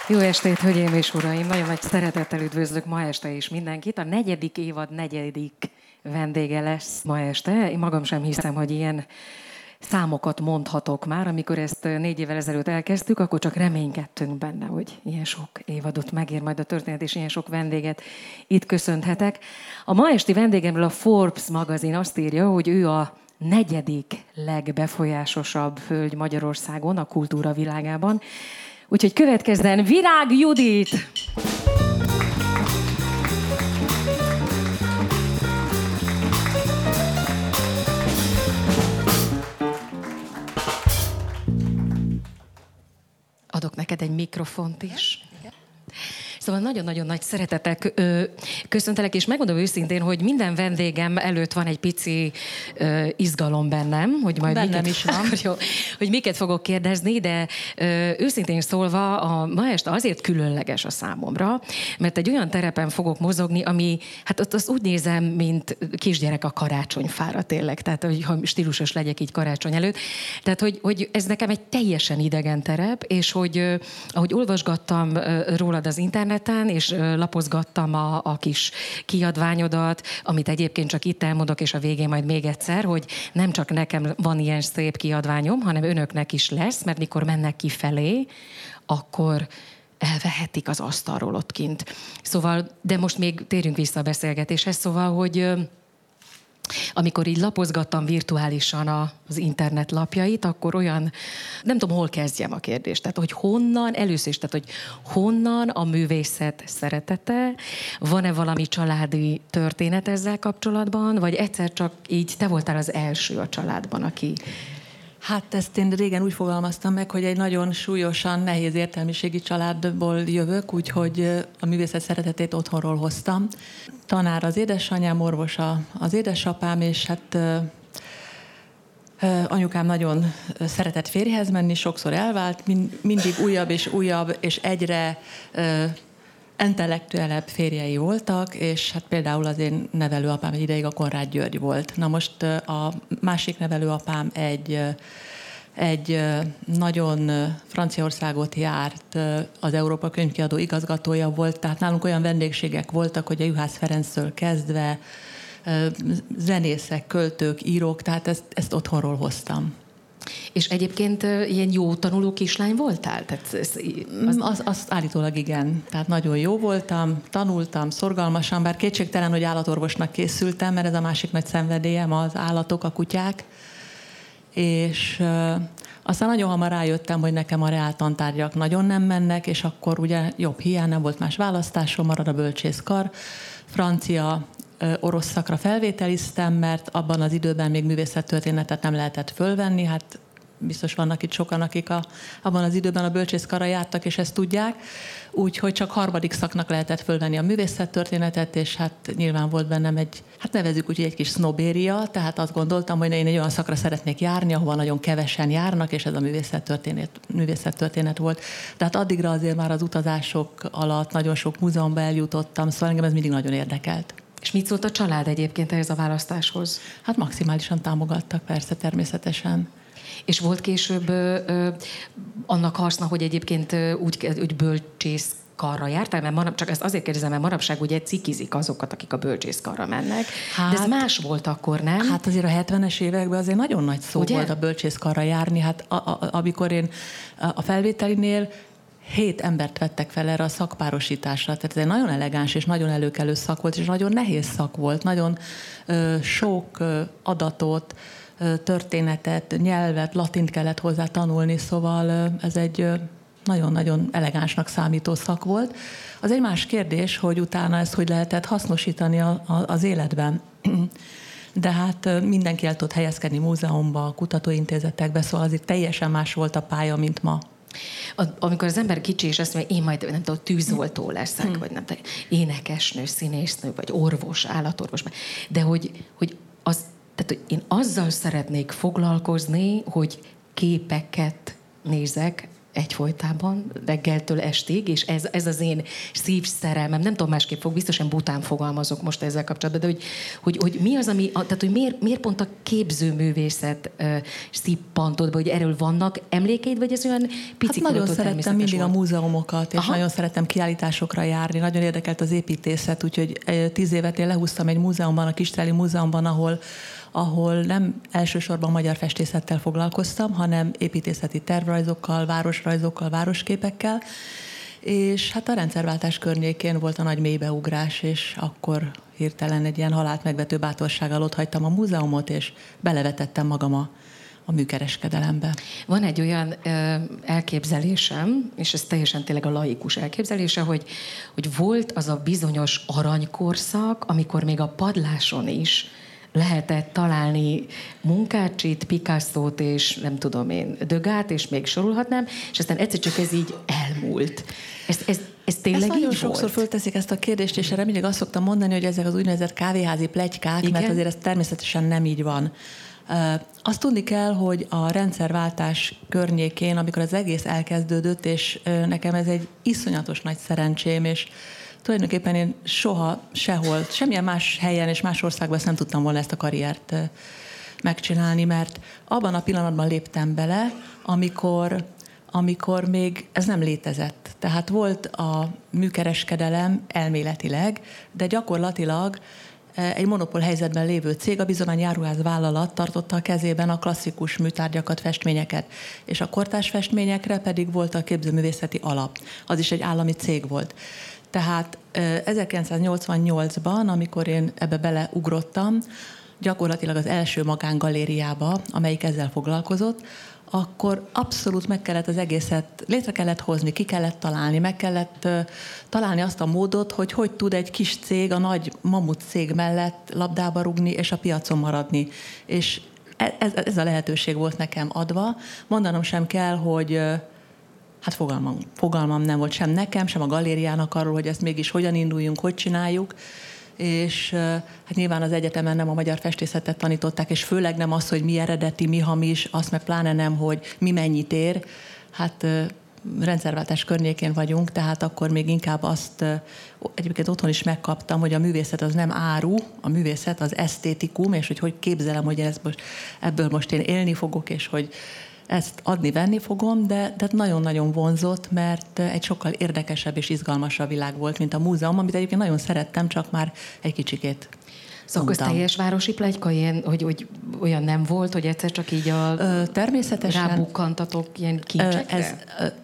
Jó estét, hölgyeim és uraim! Nagyon nagy szeretettel üdvözlök ma este is mindenkit. A 4. évad 4. vendége lesz ma este. Én magam sem hiszem, hogy ilyen számokat mondhatok már. Amikor ezt 4 évvel ezelőtt elkezdtük, akkor csak reménykedtünk benne, hogy ilyen sok évadot megér majd a történet, és ilyen sok vendéget itt köszönhetek. A ma esti vendégemről a Forbes magazin azt írja, hogy ő a 4. legbefolyásosabb hölgy Magyarországon, a kultúra világában. Úgyhogy következzen Virág Judit! Adok neked egy mikrofont is. Szóval nagyon-nagyon nagy szeretettel köszöntelek, és megmondom őszintén, hogy minden vendégem előtt van egy pici izgalom bennem, hogy majd bennem is van. Jó, hogy miket fogok kérdezni, de őszintén szólva a ma este azért különleges a számomra, mert egy olyan terepen fogok mozogni, ami, hát ott azt úgy nézem, mint kisgyerek a karácsonyfára tényleg, tehát hogy stílusos legyek így karácsony előtt. Tehát, hogy ez nekem egy teljesen idegen terep, és hogy ahogy olvasgattam rólad az interneten, és lapozgattam a kis kiadványodat, amit egyébként csak itt elmondok, és a végén majd még egyszer, hogy nem csak nekem van ilyen szép kiadványom, hanem önöknek is lesz, mert mikor mennek kifelé, akkor elvehetik az asztalról ott kint. Szóval, de most még térjünk vissza a beszélgetéshez, szóval, hogy amikor így lapozgattam virtuálisan az internet lapjait, akkor olyan, nem tudom, hol kezdjem a kérdést. Tehát, hogy honnan, először is, tehát, hogy honnan a művészet szeretete, van-e valami családi történet ezzel kapcsolatban, vagy egyszer csak így te voltál az első a családban, aki... Hát ezt én régen úgy fogalmaztam meg, hogy egy nagyon súlyosan nehéz értelmiségi családból jövök, úgyhogy a művészet szeretetét otthonról hoztam. Tanár az édesanyám, orvos az édesapám, és hát anyukám nagyon szeretett férjhez menni, sokszor elvált, mindig újabb és egyre intellektuálebb férjei voltak, és hát például az én nevelőapám egy ideig a Konrád György volt. Na most a másik nevelőapám egy nagyon Franciaországot járt, az Európa Könyvkiadó igazgatója volt, tehát nálunk olyan vendégségek voltak, hogy a Juhász Ferenctől kezdve zenészek, költők, írók, tehát ezt otthonról hoztam. És egyébként ilyen jó tanuló kislány voltál? Tehát azt állítólag igen. Tehát nagyon jó voltam, tanultam szorgalmasan, bár kétségtelen, hogy állatorvosnak készültem, mert ez a másik nagy szenvedélyem, az állatok, a kutyák. És aztán nagyon hamar rájöttem, hogy nekem a reáltantárgyak nagyon nem mennek, és akkor ugye jobb hiány, nem volt más választásom, marad a bölcsészkar. Francia, orosz szakra felvételiztem, mert abban az időben még művészettörténetet nem lehetett fölvenni, hát biztos vannak itt sokan, akik abban az időben a bölcsészkarra jártak, és ezt tudják, úgyhogy csak 3. szaknak lehetett fölvenni a művészettörténetet, és hát nyilván volt bennem hát nevezzük úgy, egy kis sznobéria, tehát azt gondoltam, hogy én egy olyan szakra szeretnék járni, ahova nagyon kevesen járnak, és ez a művészettörténet volt. Tehát addigra azért már az utazások alatt nagyon sok múzeumba eljutottam, szóval engem ez mindig nagyon érdekelt. És mit szólt a család egyébként ehhez a választáshoz? Hát maximálisan támogattak, persze, természetesen. És volt később annak haszna, hogy egyébként úgy bölcsészkarra jártál? Mert csak ezt azért kérdezem, mert manapság ugye cikizik azokat, akik a bölcsészkarra mennek. Hát, de ez más volt akkor, nem? Hát azért a 70-es években azért nagyon nagy szó ugye? Volt a bölcsészkarra járni. Hát amikor én a felvételinél 7 embert vettek fel erre a szakpárosításra. Tehát ez egy nagyon elegáns és nagyon előkelő szak volt, és nagyon nehéz szak volt. Nagyon sok adatot, történetet, nyelvet, latint kellett hozzá tanulni, szóval ez egy nagyon-nagyon elegánsnak számító szak volt. Az egy más kérdés, hogy utána ezt hogy lehetett hasznosítani az életben. De hát mindenki el tudott helyezkedni múzeumba, kutatóintézetekbe, szóval azért teljesen más volt a pálya, mint ma. Amikor az ember kicsi, és azt mondja, én majd nem tudom, tűzoltó leszek, vagy nem tudom, énekesnő, színésznő, vagy orvos, állatorvos, de hogy tehát, hogy én azzal szeretnék foglalkozni, hogy képeket nézek egyfolytában, reggeltől estig, és ez az én szívszerelmem, nem tudom, másképp biztosan bután fogalmazok most ezzel kapcsolatban, de hogy mi az, ami, tehát hogy miért pont a képzőművészet szippantott be, hogy erről vannak emlékeid, vagy ez olyan pici nagyon szerettem mindig a múzeumokat, és nagyon szerettem kiállításokra járni, nagyon érdekelt az építészet, úgyhogy 10 évet én lehúztam egy múzeumban, a Kisdráli Múzeumban, ahol nem elsősorban magyar festészettel foglalkoztam, hanem építészeti tervrajzokkal, városrajzokkal, városképekkel, és hát a rendszerváltás környékén volt a nagy mélybeugrás, és akkor hirtelen egy ilyen halált megvető bátorsággal otthagytam a múzeumot, és belevetettem magam a műkereskedelembe. Van egy olyan elképzelésem, és ez teljesen tényleg a laikus elképzelése, hogy volt az a bizonyos aranykorszak, amikor még a padláson is lehetett találni Munkácsit, Picasso-t és nem tudom én, Degát, és még sorolhatnám, és aztán egyszer csak ez így elmúlt. Ez tényleg így nagyon volt? Sokszor fölteszik ezt a kérdést, és erre mindig azt szoktam mondani, hogy ezek az úgynevezett kávéházi pletykák, igen? Mert azért ez természetesen nem így van. Azt tudni kell, hogy a rendszerváltás környékén, amikor az egész elkezdődött, és nekem ez egy iszonyatos nagy szerencsém, és tulajdonképpen én soha, sehol, semmilyen más helyen és más országban ezt nem tudtam volna ezt a karriert megcsinálni, mert abban a pillanatban léptem bele, amikor még ez nem létezett. Tehát volt a műkereskedelem elméletileg, de gyakorlatilag egy monopól helyzetben lévő cég, a Bizomány Áruház vállalat tartotta a kezében a klasszikus műtárgyakat, festményeket, és a kortárs festményekre pedig volt a képzőművészeti alap. Az is egy állami cég volt. Tehát 1988-ban, amikor én ebbe beleugrottam, gyakorlatilag az első magángalériába, amelyik ezzel foglalkozott, akkor abszolút meg kellett az egészet, létre kellett hozni, ki kellett találni, meg kellett találni azt a módot, hogy tud egy kis cég a nagy mamut cég mellett labdába rúgni és a piacon maradni. És ez a lehetőség volt nekem adva. Mondanom sem kell, hogy hát fogalmam nem volt sem nekem, sem a galériának arról, hogy ezt mégis hogyan induljunk, hogy csináljuk. És hát nyilván az egyetemen nem a magyar festészetet tanították, és főleg nem az, hogy mi eredeti, mi hamis, azt meg pláne nem, hogy mi mennyit ér. Hát rendszerváltás környékén vagyunk, tehát akkor még inkább azt egyébként otthon is megkaptam, hogy a művészet az nem áru, a művészet az esztétikum, és hogy képzelem, hogy ebből most én élni fogok, és hogy ezt adni-venni fogom, de nagyon-nagyon vonzott, mert egy sokkal érdekesebb és izgalmasabb világ volt, mint a múzeum, amit egyébként nagyon szerettem, csak már egy kicsikét Szóval az teljes városi pletyka ilyen, hogy olyan nem volt, hogy egyszer csak így természetesen rábukkantatok ilyen kincsekre?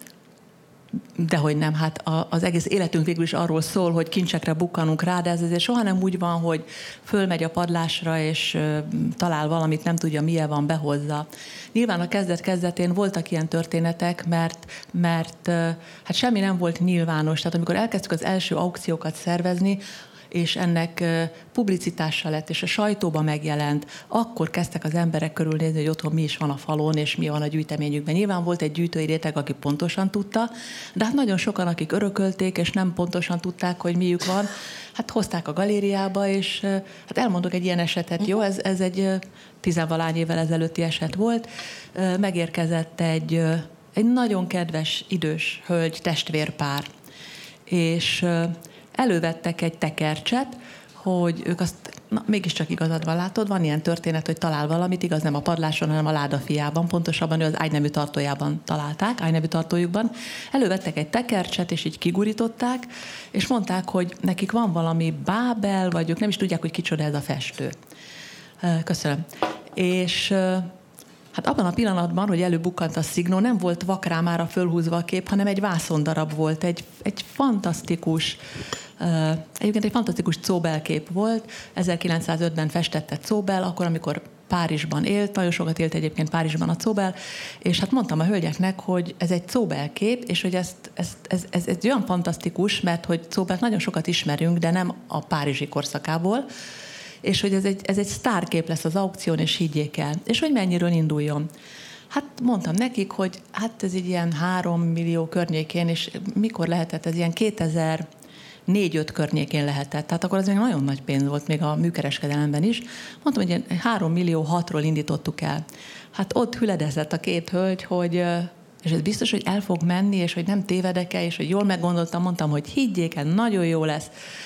Dehogy nem, hát az egész életünk végül is arról szól, hogy kincsekre bukkanunk rá, de ez azért soha nem úgy van, hogy fölmegy a padlásra, és talál valamit, nem tudja, milyen van, behozza. Nyilván a kezdet-kezdetén voltak ilyen történetek, mert hát semmi nem volt nyilvános. Tehát amikor elkezdtük az első aukciókat szervezni, és ennek publicitása lett, és a sajtóba megjelent, akkor kezdtek az emberek körülnézni, hogy otthon mi is van a falon, és mi van a gyűjteményükben. Nyilván volt egy gyűjtői réteg, aki pontosan tudta, de hát nagyon sokan, akik örökölték, és nem pontosan tudták, hogy miük van, hát hozták a galériába, és hát elmondok egy ilyen esetet, jó? Ez egy 10-valány évvel ezelőtti eset volt. Megérkezett egy nagyon kedves, idős hölgy, testvérpár, és elővettek egy tekercset, hogy ők azt, mégiscsak igazad van, látod, van ilyen történet, hogy talál valamit, igaz nem a padláson, hanem a ládafiában, pontosabban ő az ágynemű tartójában találták, ágynemű tartójukban. Elővettek egy tekercset, és így kigurították, és mondták, hogy nekik van valami bábel, vagy ők nem is tudják, hogy kicsoda ez a festő. Köszönöm. És hát abban a pillanatban, hogy előbukkant a szignó, nem volt vakrámára fölhúzva a kép, hanem egy vászondarab volt, egy fantasztikus, egyébként egy fantasztikus Zóbel-kép volt. 1905-ben festette Zóbel, akkor, amikor Párizsban élt, nagyon sokat élt egyébként Párizsban a Zóbel, és hát mondtam a hölgyeknek, hogy ez egy Zóbel-kép, és hogy ez olyan fantasztikus, mert hogy Zóbelt nagyon sokat ismerünk, de nem a párizsi korszakából, és hogy ez egy sztárkép lesz az aukción, és higgyék el. És hogy mennyiről induljon. Hát mondtam nekik, hogy hát ez így ilyen 3 millió környékén, és mikor lehetett, ez ilyen 2004-5 környékén lehetett. Tehát akkor az még nagyon nagy pénz volt, még a műkereskedelemben is. Mondtam, hogy 3 millió 6-ról indítottuk el. Hát ott hüledezett a két hölgy, hogy És ez biztos, hogy el fog menni, és hogy nem tévedek-e, és hogy jól meggondoltam, mondtam, hogy higgyék el, nagyon jó lesz.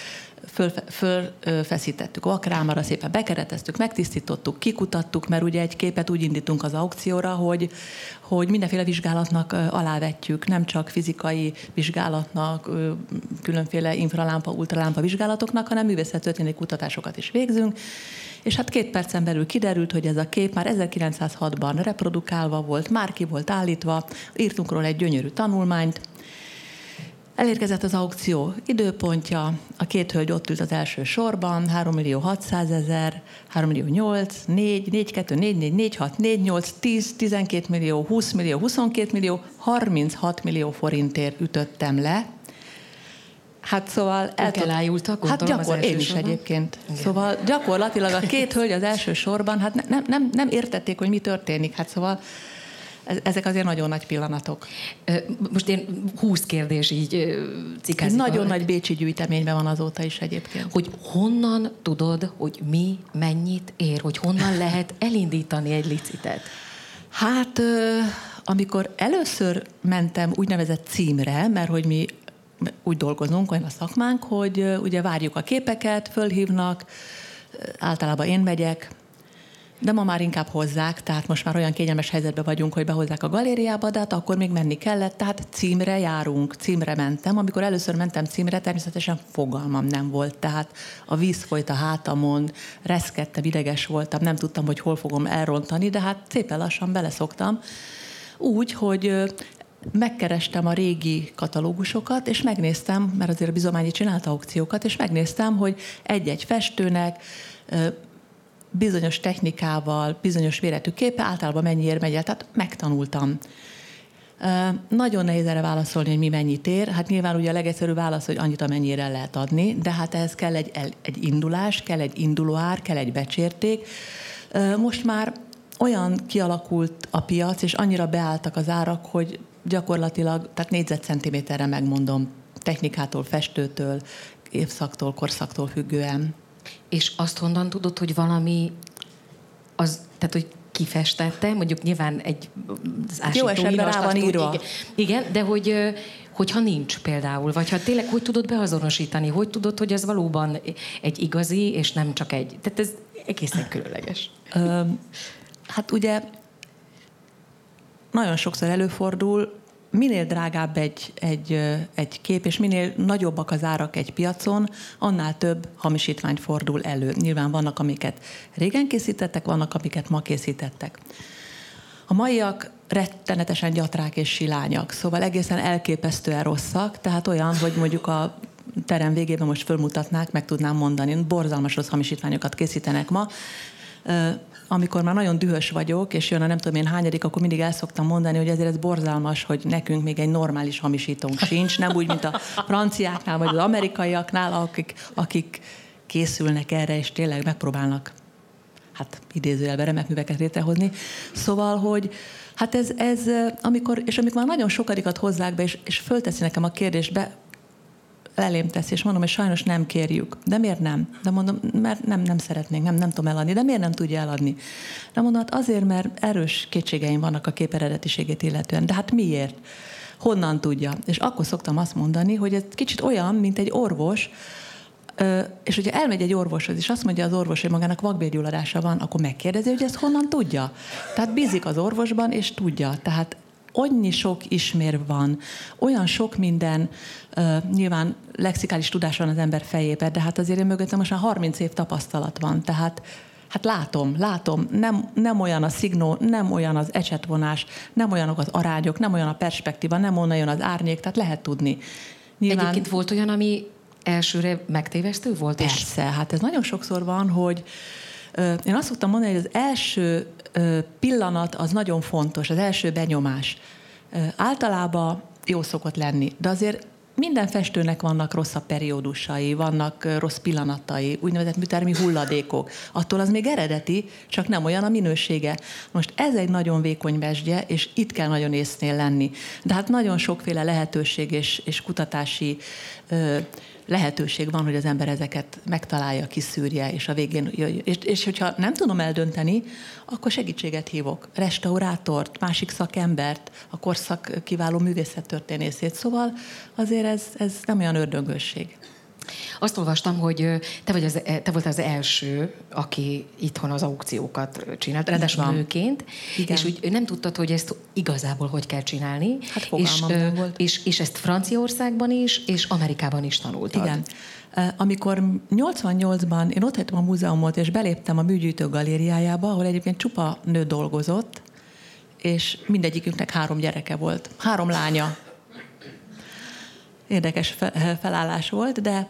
Fölfeszítettük vakrámara, szépen bekereteztük, megtisztítottuk, kikutattuk, mert ugye egy képet úgy indítunk az aukcióra, hogy mindenféle vizsgálatnak alávetjük, nem csak fizikai vizsgálatnak, különféle infralámpa, ultralámpa vizsgálatoknak, hanem művészettörténeti kutatásokat is végzünk. És hát 2 percen belül kiderült, hogy ez a kép már 1906-ban reprodukálva volt, már ki volt állítva, írtunk róla egy gyönyörű tanulmányt. Elérkezett az aukció időpontja, a 2 hölgy ott ült az első sorban, 3.600.000, 3.008.000, 4, 4.2, 4.4, 4.6, 4.8, 10, 12 millió, 20 millió, 22 millió, 36 millió forintért ütöttem le. Hát szóval... Elájultak, hát én is egyébként. Igen. Szóval gyakorlatilag a 2 hölgy az első sorban, hát nem értették, hogy mi történik. Hát szóval ezek azért nagyon nagy pillanatok. Most én 20 kérdés így cikázik. Nagyon nagy bécsi gyűjteményben van azóta is egyébként. Hogy honnan tudod, hogy mi mennyit ér? Hogy honnan lehet elindítani egy licitet? Hát amikor először mentem úgynevezett címre, mert hogy mi úgy dolgozunk, olyan a szakmánk, hogy ugye várjuk a képeket, fölhívnak, általában én megyek, de ma már inkább hozzák, tehát most már olyan kényelmes helyzetben vagyunk, hogy behozzák a galériába, de hát akkor még menni kellett, tehát címre járunk, címre mentem. Amikor először mentem címre, természetesen fogalmam nem volt, tehát a víz folyt a hátamon, reszkedtem, ideges voltam, nem tudtam, hogy hol fogom elrontani, de hát szépen lassan beleszoktam. Úgy, hogy megkerestem a régi katalógusokat, és megnéztem, mert azért a Bizományi csinálta aukciókat, és megnéztem, hogy egy-egy festőnek bizonyos technikával, bizonyos méretű képe általában mennyiért megy el, tehát megtanultam. Nagyon nehéz erre válaszolni, hogy mi mennyit ér. Hát nyilván ugye a legegyszerűbb válasz, hogy annyit, amennyire el lehet adni, de hát ehhez kell egy indulás, kell egy indulóár, kell egy becsérték. Most már olyan kialakult a piac, és annyira beálltak az árak, hogy gyakorlatilag, tehát négyzetcentiméterre megmondom, technikától, festőtől, évszaktól, korszaktól függően. És azt honnan tudod, hogy valami az, tehát hogy kifestette, mondjuk nyilván egy jó esetben rá van írva. Igen, de hogyha nincs például, vagy ha tényleg hogy tudod beazonosítani, hogy tudod, hogy ez valóban egy igazi, és nem csak egy. Tehát ez egészen különleges. Hát ugye nagyon sokszor előfordul, minél drágább egy kép, és minél nagyobbak az árak egy piacon, annál több hamisítvány fordul elő. Nyilván vannak, amiket régen készítettek, vannak, amiket ma készítettek. A maiak rettenetesen gyatrák és silányak, szóval egészen elképesztően rosszak, tehát olyan, hogy mondjuk a terem végében most fölmutatnák, meg tudnám mondani, borzalmas rossz hamisítványokat készítenek ma. Amikor már nagyon dühös vagyok, és jön a nem tudom én hányadik, akkor mindig el szoktam mondani, hogy ezért ez borzalmas, hogy nekünk még egy normális hamisítónk sincs, nem úgy, mint a franciáknál, vagy az amerikaiaknál, akik készülnek erre, és tényleg megpróbálnak, hát idézőjelben remek műveket létrehozni. Szóval, hogy hát ez amikor már nagyon sokadikat hozzák be, és fölteszi nekem a kérdést, elém teszi, és mondom, hogy sajnos nem kérjük. De miért nem? De mondom, mert nem szeretnénk, nem tudom eladni. De miért nem tudja eladni? De mondom, hát azért, mert erős kétségeim vannak a kép eredetiségét illetően. De hát miért? Honnan tudja? És akkor szoktam azt mondani, hogy ez kicsit olyan, mint egy orvos, és hogyha elmegy egy orvoshoz, és azt mondja az orvos, hogy magának vakbélgyulladása van, akkor megkérdezi, hogy ezt honnan tudja. Tehát bízik az orvosban, és tudja. Tehát annyi sok ismér van, olyan sok minden, nyilván lexikális tudás van az ember fejében, de hát azért én mögöttem most már 30 év tapasztalat van, tehát hát látom, nem olyan a szignó, nem olyan az ecsetvonás, nem olyanok az arányok, nem olyan a perspektíva, nem olyan az árnyék, tehát lehet tudni. Nyilván... Egyébként volt olyan, ami elsőre megtévesztő volt? Persze, hát ez nagyon sokszor van, hogy én azt szoktam mondani, hogy az első pillanat az nagyon fontos, az első benyomás. Általában jó szokott lenni, de azért minden festőnek vannak rosszabb periódusai, vannak rossz pillanatai, úgynevezett műtermi hulladékok. Attól az még eredeti, csak nem olyan a minősége. Most ez egy nagyon vékony mesdje, és itt kell nagyon észnél lenni. De hát nagyon sokféle lehetőség és kutatási lehetőség van, hogy az ember ezeket megtalálja, kiszűrje, és a végén jöjjön. És hogyha nem tudom eldönteni, akkor segítséget hívok. Restaurátort, másik szakembert, a korszak kiváló művészettörténészét. Szóval azért ez nem olyan ördöngösség. Azt olvastam, hogy te voltál az első, aki itthon az aukciókat csinált, ráadásul nőként, és úgy nem tudtad, hogy ezt igazából hogy kell csinálni. Hát fogalmam nem volt. És ezt Franciaországban is, és Amerikában is tanultad. Igen. Amikor 88-ban én ott hagytam a múzeumot, és beléptem a műgyűjtő galériájába, ahol egyébként csupa nő dolgozott, és mindegyikünknek 3 gyereke volt. 3 lánya. Érdekes felállás volt, de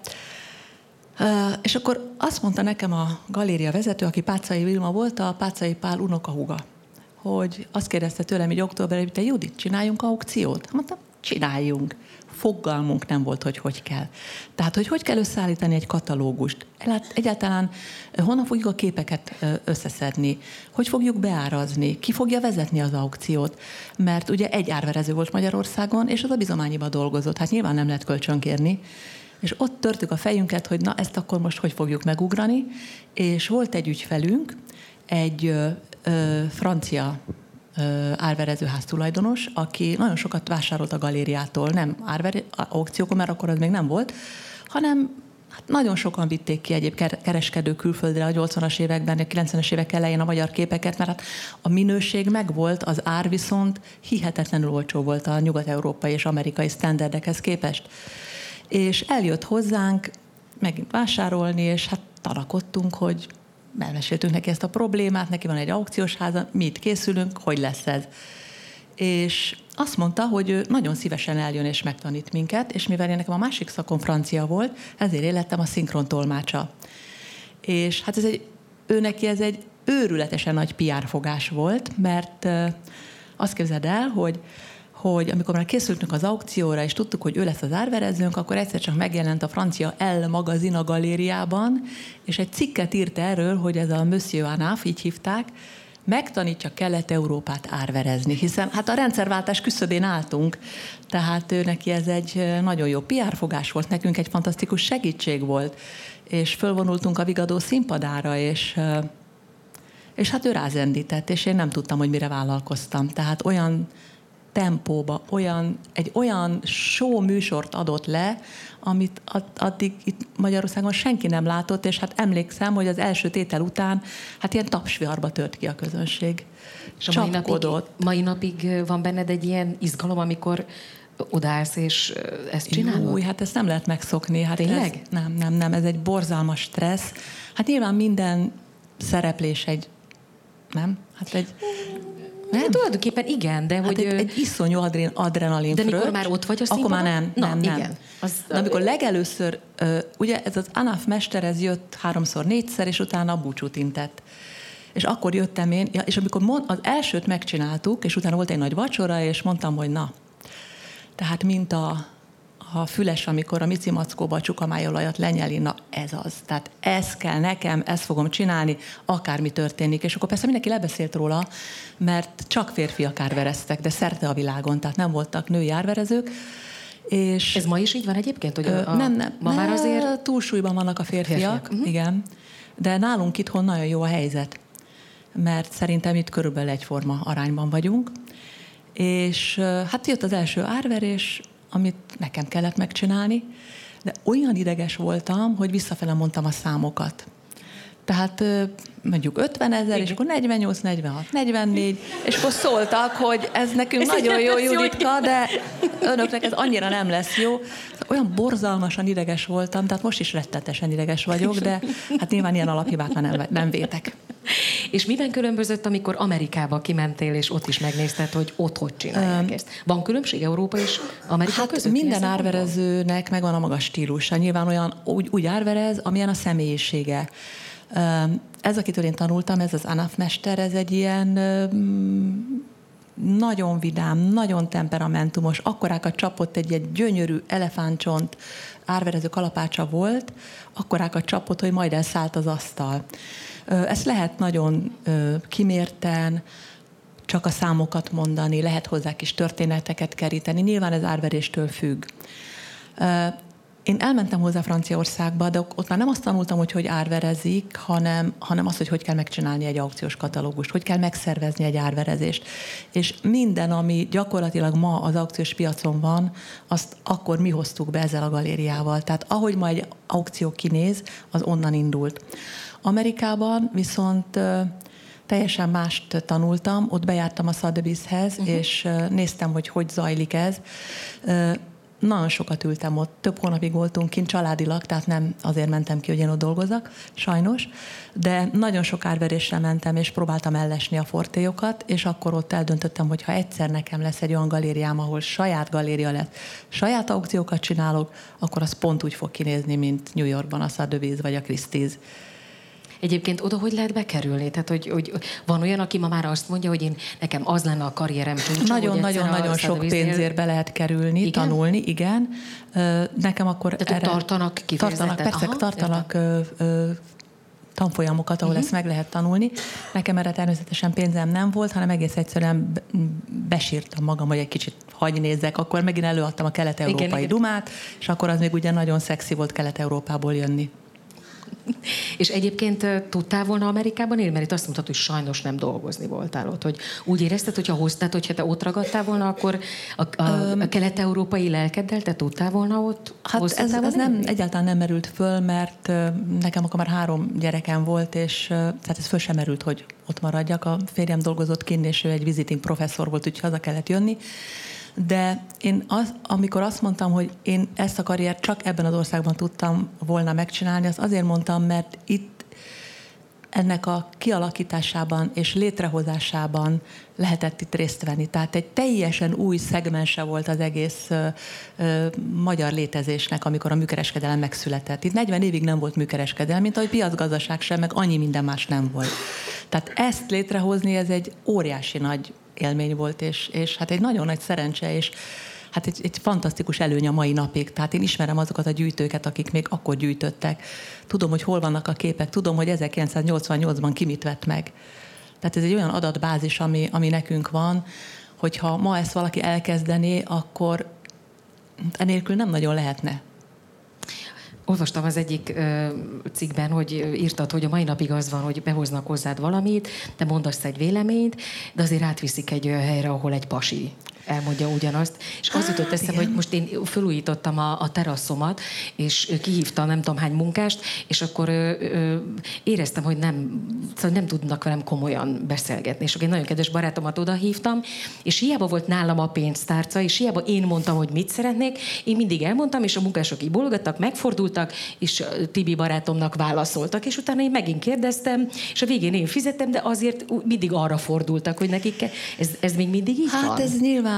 és akkor azt mondta nekem a galéria vezető, aki Páczai Vilma volt, a Páczai Pál unokahúga, hogy azt kérdezte tőlem, hogy októberben, hogy te Judit, csináljunk aukciót? Mondtam, csináljunk. Fogalmunk nem volt, hogy kell. Tehát, hogy kell összeállítani egy katalógust. Egyáltalán honnan fogjuk a képeket összeszedni? Hogy fogjuk beárazni? Ki fogja vezetni az aukciót? Mert ugye egy árverező volt Magyarországon, és az a Bizományiba dolgozott. Hát nyilván nem lehet kölcsönkérni. És ott törtük a fejünket, hogy na, ezt akkor most hogy fogjuk megugrani. És volt egy ügyfelünk, egy francia árverezőház tulajdonos, aki nagyon sokat vásárolt a galériától, nem aukciókon, mert akkor az még nem volt, hanem hát nagyon sokan vitték ki egyéb kereskedő külföldre a 80-as években, a 90-es évek elején a magyar képeket, mert hát a minőség megvolt, az ár viszont hihetetlenül olcsó volt a nyugat-európai és amerikai sztenderdekhez képest. És eljött hozzánk megint vásárolni, és hát tanakodtunk, hogy elmeséltünk neki ezt a problémát, neki van egy aukciós háza, mi itt készülünk, hogy lesz ez. És azt mondta, hogy ő nagyon szívesen eljön és megtanít minket, és mivel én nekem a másik szakom francia volt, ezért én lettem a szinkrontolmácsa. És hát ő neki ez egy őrületesen nagy PR fogás volt, mert azt képzeld el, hogy amikor már készültünk az aukcióra, és tudtuk, hogy ő lesz az árverezőnk, akkor egyszer csak megjelent a francia Elle magazin a galériában, és egy cikket írt erről, hogy ez a Monsieur Anaf, így hívták, megtanítja Kelet-Európát árverezni, hiszen hát a rendszerváltás küszöbén álltunk, tehát ő neki ez egy nagyon jó PR fogás volt, nekünk egy fantasztikus segítség volt, és fölvonultunk a Vigadó színpadára, és hát ő rázendített, és én nem tudtam, hogy mire vállalkoztam. Tehát olyan tempóba, egy olyan show műsort adott le, amit addig itt Magyarországon senki nem látott, és hát emlékszem, hogy az első tétel után hát ilyen tapsviharba tört ki a közönség. És mai napig van benned egy ilyen izgalom, amikor odaállsz, és ezt csinálod? Új, hát ezt nem lehet megszokni. Hát tényleg? Nem, ez egy borzalmas stressz. Hát nyilván minden szereplés nem? Hát egy... Nem? Tulajdonképpen igen, de hogy... Hát egy iszonyú adrenalin fröccs. De mikor már ott vagy a színpadon? Akkor már nem. Igen. De amikor legelőször, ugye ez az Anaf mester, ez jött 3-4-szer, és utána a búcsút intett. És akkor jöttem én, és amikor az elsőt megcsináltuk, és utána volt egy nagy vacsora, és mondtam, hogy na, tehát mint a Füles, amikor a Mici Mackóba a csukamájolajat lenyeli, na ez az. Tehát ez kell nekem, ezt fogom csinálni, akármi történik. És akkor persze mindenki lebeszélt róla, mert csak férfiak árvereztek, de szerte a világon, tehát nem voltak női árverezők. És ez ma is így van egyébként? Hogy nem. Ma már azért túlsúlyban vannak a férfiak. Igen. De nálunk itthon nagyon jó a helyzet, mert szerintem itt körülbelül egyforma arányban vagyunk. És hát jött az első árverés, amit nekem kellett megcsinálni, de olyan ideges voltam, hogy visszafele mondtam a számokat. Tehát mondjuk 50 000, és akkor 48, 46, 44, és akkor szóltak, hogy ez nekünk ez nagyon jó, Juditka, de önöknek ez annyira nem lesz jó. Olyan borzalmasan ideges voltam, tehát most is rettetesen ideges vagyok, de hát nyilván ilyen alaphibát már nem vétek. És miben különbözött, amikor Amerikába kimentél, és ott is megnézted, hogy ott hogy csinálják ezt? Van különbség Európa és Amerika között? Minden árverezőnek megvan a maga stílusa. Nyilván olyan úgy árverez, amilyen a személyisége. Ez, akitől én tanultam, ez az Anaf mester, ez egy ilyen nagyon vidám, nagyon temperamentumos, akkorákat csapott, egy gyönyörű elefántcsont árverező kalapácsa volt, akkorákat csapott, hogy majd elszállt az asztal. Ezt lehet nagyon kimérten, csak a számokat mondani, lehet hozzá kis történeteket keríteni, nyilván ez árveréstől függ. Én elmentem hozzá Franciaországba, de ott már nem azt tanultam, hogy árverezik, hanem azt, hogy kell megcsinálni egy aukciós katalógust, hogy kell megszervezni egy árverezést. És minden, ami gyakorlatilag ma az aukciós piacon van, azt akkor mi hoztuk be ezzel a galériával. Tehát ahogy ma egy aukció kinéz, az onnan indult. Amerikában viszont teljesen mást tanultam, ott bejártam a Sotheby's-hez, és néztem, hogy zajlik ez. Nagyon sokat ültem ott, több hónapig voltunk kint családilag, tehát nem azért mentem ki, hogy én ott dolgozzak, sajnos, de nagyon sok árverésre mentem, és próbáltam ellesni a fortélyokat, és akkor ott eldöntöttem, hogy ha egyszer nekem lesz egy olyan galériám, ahol saját galéria lesz, saját aukciókat csinálok, akkor az pont úgy fog kinézni, mint New Yorkban a Sotheby's vagy a Christie's. Egyébként oda hogy lehet bekerülni? Tehát, hogy van olyan, aki ma már azt mondja, hogy nekem az lenne a karrierem csúcsa, nagyon sok pénzért be lehet kerülni, igen? Tanulni, igen. Nekem akkor tehát erre... tartanak kifejezetten? Tartanak tanfolyamokat, ahol ezt meg lehet tanulni. Nekem erre természetesen pénzem nem volt, hanem egész egyszerűen besírtam magam, hogy egy kicsit hagyj nézzek. Akkor megint előadtam a kelet-európai dumát, és akkor az még ugye nagyon szexi volt Kelet-Európából jönni. És egyébként tudtál volna Amerikában élni? Mert itt azt mondtad, hogy sajnos nem dolgozni voltál ott. Hogy úgy érezted, hogyha hoztad, hogyha te ott ragadtál volna, akkor a kelet-európai lelkeddel te tudtál volna ott? Hát ez nem, egyáltalán nem merült föl, mert nekem akkor már 3 gyerekem volt, és tehát ez föl sem merült, hogy ott maradjak. A férjem dolgozott kint, és ő egy visiting professzor volt, úgyhogy haza kellett jönni. De én amikor azt mondtam, hogy én ezt a karriert csak ebben az országban tudtam volna megcsinálni, azt azért mondtam, mert itt ennek a kialakításában és létrehozásában lehetett itt részt venni. Tehát egy teljesen új szegmense volt az egész magyar létezésnek, amikor a műkereskedelem megszületett. Itt 40 évig nem volt műkereskedelem, mint ahogy piacgazdaság sem, meg annyi minden más nem volt. Tehát ezt létrehozni, ez egy óriási nagy élmény volt, és hát egy nagyon nagy szerencse, és hát egy fantasztikus előny a mai napig. Tehát én ismerem azokat a gyűjtőket, akik még akkor gyűjtöttek. Tudom, hogy hol vannak a képek, tudom, hogy 1988-ban ki mit vett meg. Tehát ez egy olyan adatbázis, ami nekünk van, hogyha ma ezt valaki elkezdené, akkor enélkül nem nagyon lehetne. Olvastam az egyik cikkben, hogy írtad, hogy a mai napig az van, hogy behoznak hozzád valamit, te mondasz egy véleményt, de azért átviszik egy olyan helyre, ahol egy pasi elmondja ugyanazt. És az jutott eszembe, hogy most én felújítottam a teraszomat, és kihívtam nem tudom hány munkást, és akkor éreztem, hogy nem tudnak velem komolyan beszélgetni. És akkor egy nagyon kedves barátomat oda hívtam, és hiába volt nálam a pénztárca, és hiába én mondtam, hogy mit szeretnék, én mindig elmondtam, és a munkások így bólogattak, megfordultak, és Tibi barátomnak válaszoltak, és utána én megint kérdeztem, és a végén én fizettem, de azért mindig arra fordultak, hogy nekik ez még mindig így van. Hát ez nyilván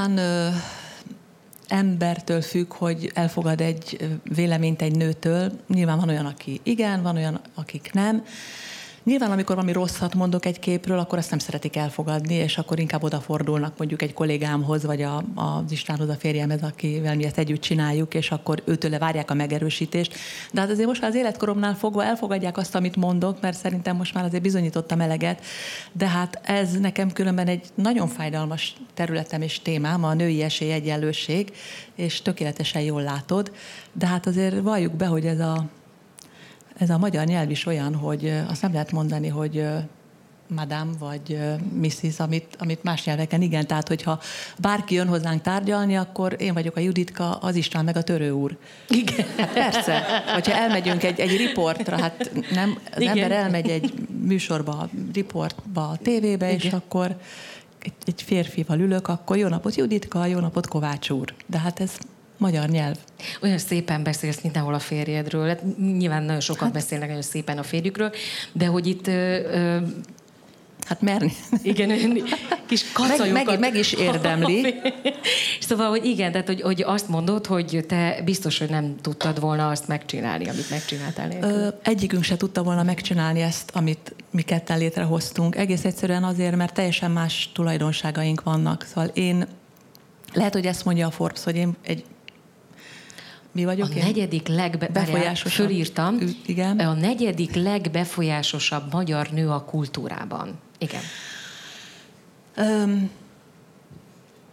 embertől függ, hogy elfogad egy véleményt egy nőtől. Nyilván van olyan, aki igen, van olyan, akik nem. Nyilván, amikor valami rosszat mondok egy képről, akkor azt nem szeretik elfogadni, és akkor inkább odafordulnak mondjuk egy kollégámhoz, vagy az Istvánhoz, a férjemhez, akivel mi ezt együtt csináljuk, és akkor őtőle várják a megerősítést. De hát azért most már az életkoromnál fogva elfogadják azt, amit mondok, mert szerintem most már azért bizonyítottam eleget. De hát ez nekem különben egy nagyon fájdalmas területem és témám, a női esélyegyenlőség, és tökéletesen jól látod. De hát azért valljuk be, hogy ez a magyar nyelv is olyan, hogy azt nem lehet mondani, hogy madame vagy Mrs., amit más nyelveken igen. Tehát, hogyha bárki jön hozzánk tárgyalni, akkor én vagyok a Juditka, az István meg a Törő úr. Igen. Hát persze. Hogyha elmegyünk egy riportra, hát nem, az igen. Ember elmegy egy műsorba, riportba, a tévébe, igen. És akkor egy férfival ülök, akkor jó napot Juditka, jó napot Kovács úr. De hát ez magyar nyelv. Olyan szépen beszélsz mindenhol a férjedről. Hát nyilván nagyon sokat beszélnek nagyon szépen a férjükről, de hogy itt... Hát merni. Igen, kis kacajokat. Meg is érdemli. Szóval, hogy igen, tehát hogy azt mondod, hogy te biztos, hogy nem tudtad volna azt megcsinálni, amit megcsináltál nélkül. Egyikünk se tudta volna megcsinálni ezt, amit mi ketten létrehoztunk. Egész egyszerűen azért, mert teljesen más tulajdonságaink vannak. Szóval lehet, hogy ezt mondja a Forbes, hogy én mi vagyok? A negyedik legbefolyásosabb, fölírtam, igen. A negyedik legbefolyásosabb magyar nő a kultúrában. Igen.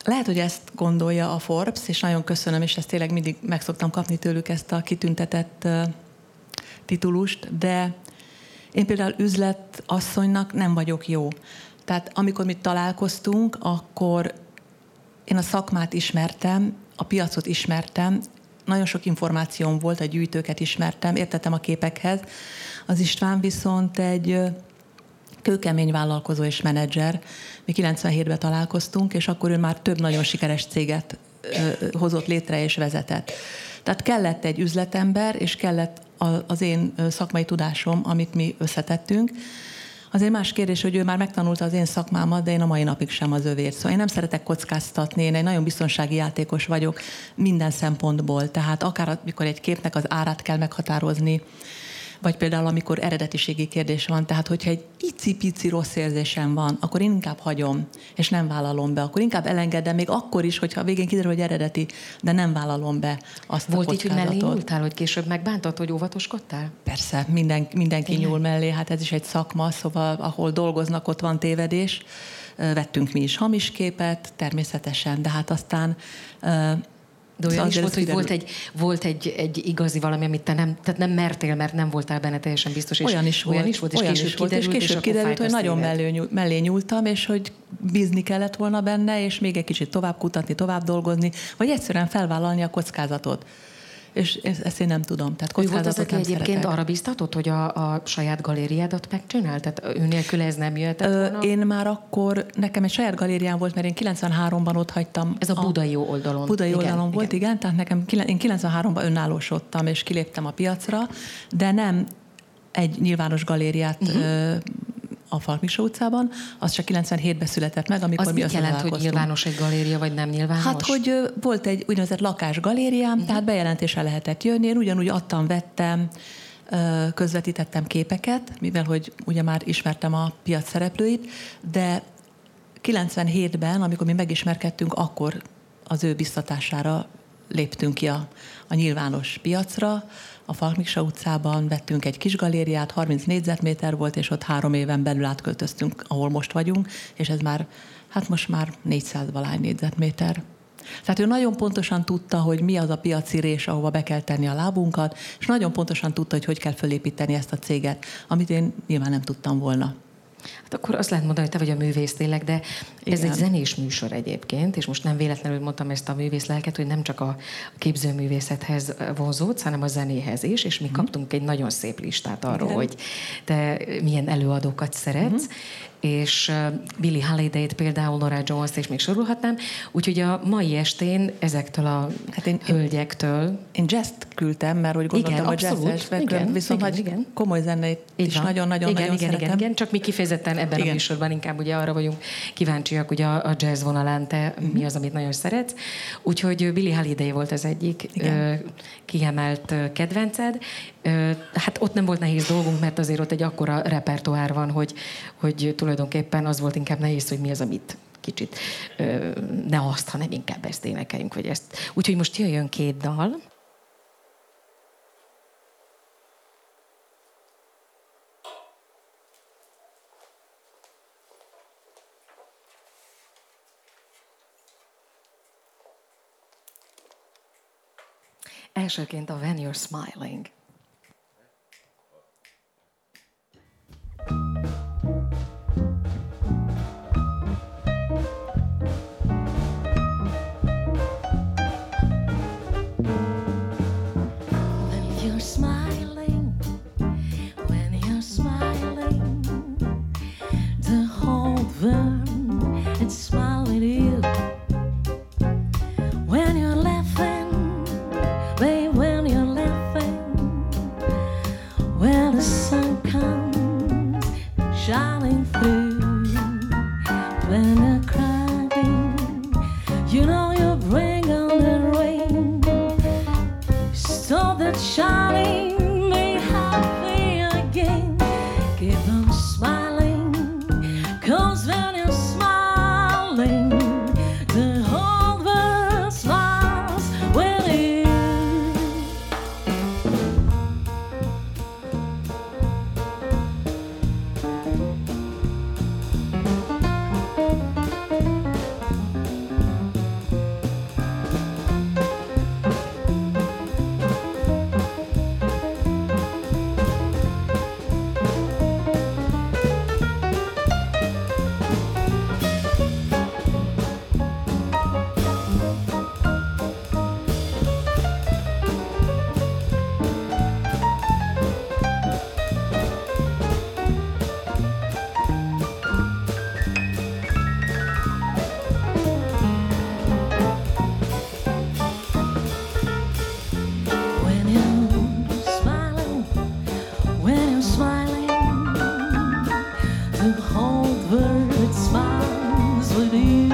Lehet, hogy ezt gondolja a Forbes, és nagyon köszönöm, és ezt tényleg mindig meg szoktam kapni tőlük ezt a kitüntetett titulust, de én például üzletasszonynak nem vagyok jó. Tehát amikor mi találkoztunk, akkor én a szakmát ismertem, a piacot ismertem, nagyon sok információm volt, a gyűjtőket ismertem, értettem a képekhez. Az István viszont egy kőkemény vállalkozó és menedzser. Mi 97-ben találkoztunk, és akkor ő már több nagyon sikeres céget hozott létre és vezetett. Tehát kellett egy üzletember, és kellett az én szakmai tudásom, amit mi összetettünk. Azért más kérdés, hogy ő már megtanulta az én szakmámat, de én a mai napig sem az övét. Szóval én nem szeretek kockáztatni, én egy nagyon biztonsági játékos vagyok minden szempontból. Tehát akár amikor egy képnek az árát kell meghatározni, vagy például amikor eredetiségi kérdés van, tehát hogyha egy icipici rossz érzésem van, akkor én inkább hagyom, és nem vállalom be. Akkor inkább elengedem, még akkor is, hogyha a végén kiderül, hogy eredeti, de nem vállalom be azt volt a kockázatot. Volt így, hogy mellé nyúltál, hogy később megbántad, hogy óvatoskodtál? Persze, mindenki nyúl mellé, hát ez is egy szakma, szóval ahol dolgoznak, ott van tévedés. Vettünk mi is hamis képet, természetesen, de hát aztán... De olyan is volt, hogy volt egy igazi valami, amit te nem mertél, mert nem voltál benne teljesen biztos. És olyan is volt, és később kiderült, hogy nagyon mellé nyúltam, és hogy bízni kellett volna benne, és még egy kicsit tovább kutatni, tovább dolgozni, vagy egyszerűen felvállalni a kockázatot. És ezt én nem tudom. Tehát ő volt az, aki egyébként arra biztatott, hogy a saját galériádat megcsinált? Tehát ő nélkül ez nem jöhetett volna? Én már akkor, nekem egy saját galériám volt, mert én 93-ban ott hagytam. Ez a budai oldalon. Budai oldalon volt, igen. Tehát én 93-ban önállósodtam, és kiléptem a piacra, de nem egy nyilvános galériát a Falk Miksa utcában, az csak 97-ben született meg, amikor az mi mit jelent, hogy nyilvános egy galéria, vagy nem nyilvános? Hát, hogy volt egy úgynevezett lakásgalériám, tehát bejelentésre lehetett jönni, én ugyanúgy adtam, vettem, közvetítettem képeket, mivel hogy ugye már ismertem a piac szereplőit, de 97-ben, amikor mi megismerkedtünk, akkor az ő biztatására léptünk ki a nyilvános piacra. A Falk Miksa utcában vettünk egy kis galériát, 30 négyzetméter volt, és ott 3 éven belül átköltöztünk, ahol most vagyunk, és ez már, hát most már 400-valány négyzetméter. Tehát ő nagyon pontosan tudta, hogy mi az a piaci rés, ahova be kell tenni a lábunkat, és nagyon pontosan tudta, hogy kell fölépíteni ezt a céget, amit én nyilván nem tudtam volna. Hát akkor azt lehet mondani, hogy te vagy a művész tényleg, de ez igen. Egy zenés műsor egyébként, és most nem véletlenül mondtam ezt a művész lelket, hogy nem csak a képzőművészethez vonzódsz, hanem a zenéhez is, és mi kaptunk egy nagyon szép listát arról, igen. hogy te milyen előadókat szeretsz, és Billie Holiday-t például, Norah Jones-t, és még sorolhatnám. Úgyhogy a mai estén ezektől a hölgyektől... Én jazzt küldtem, mert úgy gondoltam, hogy jazzes, viszont igen. Komoly zenét is nagyon-nagyon szeretem. Igen, csak mi kifejezetten ebben a műsorban inkább ugye arra vagyunk kíváncsiak, ugye a jazz vonalán te mi az, amit nagyon szeretsz. Úgyhogy Billie Holiday volt az egyik kiemelt kedvenced. Hát ott nem volt nehéz dolgunk, mert azért ott egy akkora repertoár van, hogy tulajdonképpen az volt inkább nehéz, hogy mi az, amit kicsit ne azt, hanem inkább ezt énekeljünk, vagy ezt. Úgyhogy most jöjjön 2 dal. Elsőként a When You're Smiling. whole world smiles with you.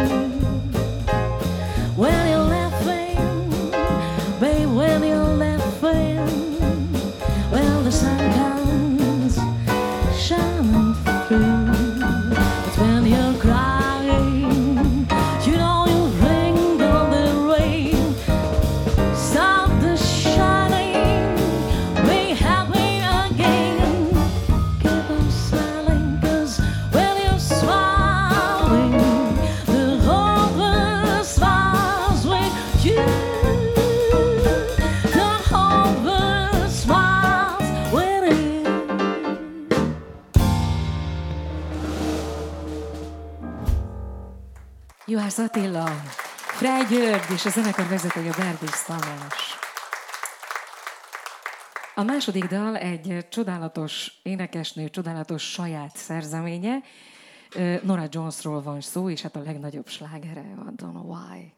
When you're laughing, babe, when you're laughing, well, the sun comes shining through. But when you're crying, you know you bring down the rain. Stop the shining, be happy again. Keep on smiling, 'cause when you're smiling, the whole world smiles with you. The whole world smiles with you. Juhász Attila, Frey György és a zenekar vezetője Bergés Tamás. A második dal egy csodálatos énekesnő, csodálatos saját szerzeménye. Norah Jonesról van szó, és hát a legnagyobb slágere a Don't Know Why.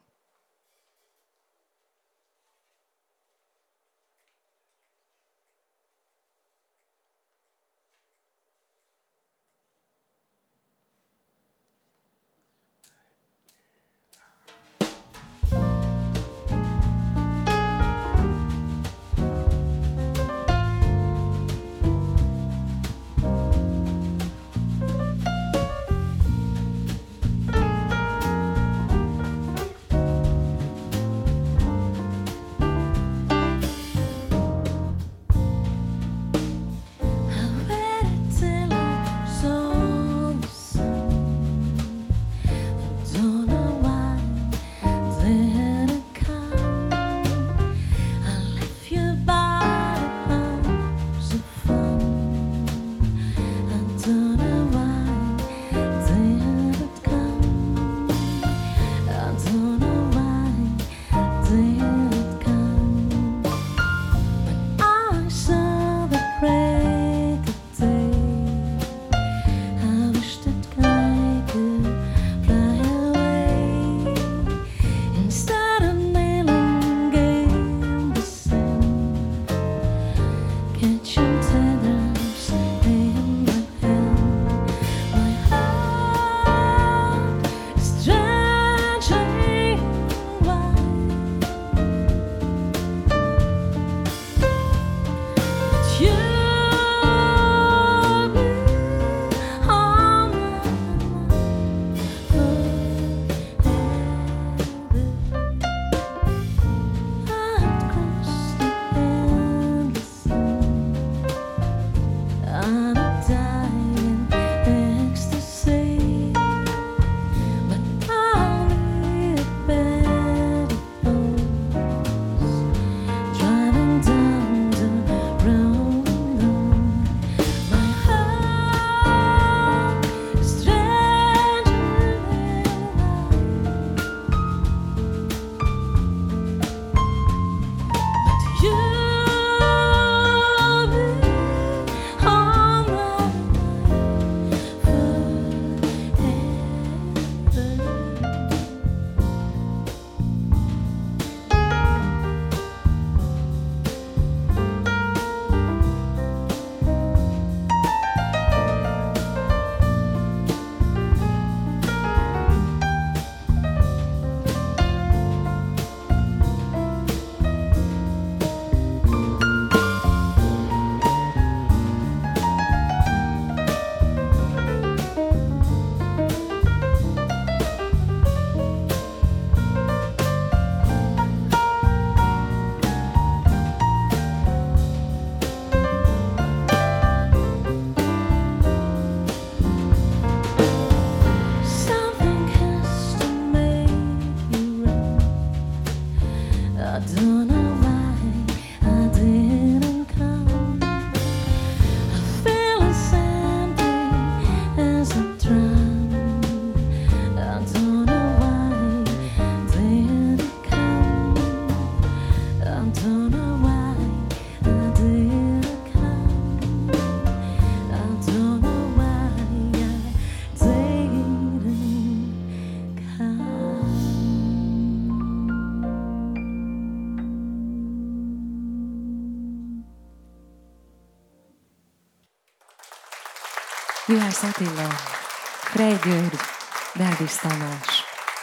Juhász Attila. Frey György, Dávis Tamás.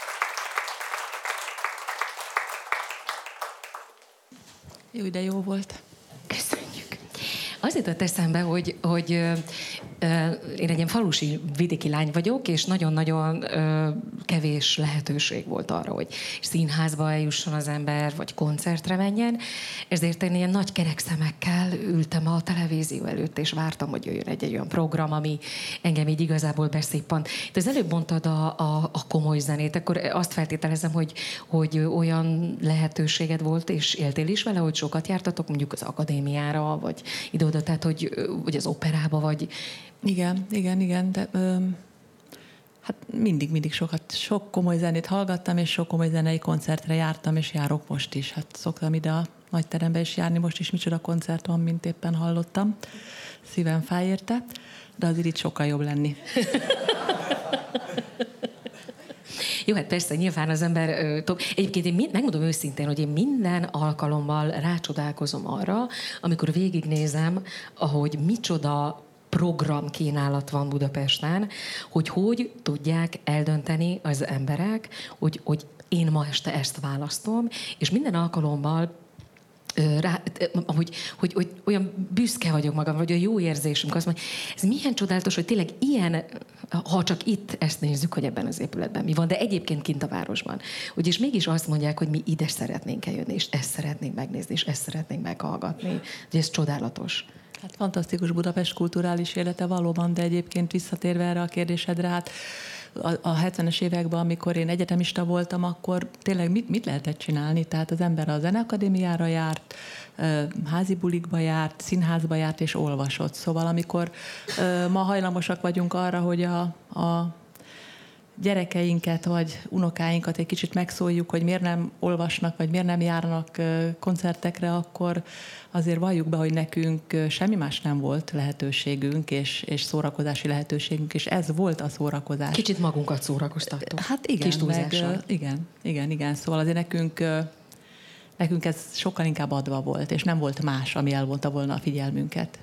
Jó, de jó volt. Köszönjük. Az jutott eszembe, hogy én egy ilyen falusi vidéki lány vagyok, és nagyon-nagyon kevés lehetőség volt arra, hogy színházba eljusson az ember, vagy koncertre menjen. Ezért én ilyen nagy kerek szemekkel ültem a televízió előtt, és vártam, hogy jöjjön egy olyan program, ami engem így igazából beszippant. Te az előbb mondtad a komoly zenét, akkor azt feltételezem, hogy olyan lehetőséged volt, és éltél is vele, hogy sokat jártatok, mondjuk az akadémiára, vagy ide-oda, tehát hogy az operába, vagy... Igen, de hát mindig sok komoly zenét hallgattam, és sok komoly zenei koncertre jártam, és járok most is. Hát szoktam ide a nagy terembe is járni, most is micsoda koncert van, mint éppen hallottam. Szívem fáj érte, de azért itt sokkal jobb lenni. Jó, hát persze, nyilván az ember... Egyébként én megmondom őszintén, hogy én minden alkalommal rácsodálkozom arra, amikor végignézem, ahogy micsoda programkínálat van Budapesten, hogy tudják eldönteni az emberek, hogy én ma este ezt választom, és minden alkalommal hogy olyan büszke vagyok magam, vagy a jó érzésünk az, hogy ez milyen csodálatos, hogy tényleg ilyen, ha csak itt ezt nézzük, hogy ebben az épületben mi van, de egyébként kint a városban. És mégis azt mondják, hogy mi ide szeretnénk eljönni, és ezt szeretnénk megnézni, és ezt szeretnénk meghallgatni. Hogy ez csodálatos. Hát fantasztikus Budapest kulturális élete valóban, de egyébként visszatérve erre a kérdésedre, hát a 70-es években, amikor én egyetemista voltam, akkor tényleg mit lehetett csinálni? Tehát az ember a zeneakadémiára járt, házi bulikba járt, színházba járt és olvasott. Szóval amikor ma hajlamosak vagyunk arra, hogy a gyerekeinket vagy unokáinkat egy kicsit megszóljuk, hogy miért nem olvasnak, vagy miért nem járnak koncertekre, akkor azért valljuk be, hogy nekünk semmi más nem volt lehetőségünk, és szórakozási lehetőségünk, és ez volt a szórakozás. Kicsit magunkat szórakoztattuk. Hát igen, kis túlzással. Igen. Szóval azért nekünk ez sokkal inkább adva volt, és nem volt más, ami elvonta volna a figyelmünket.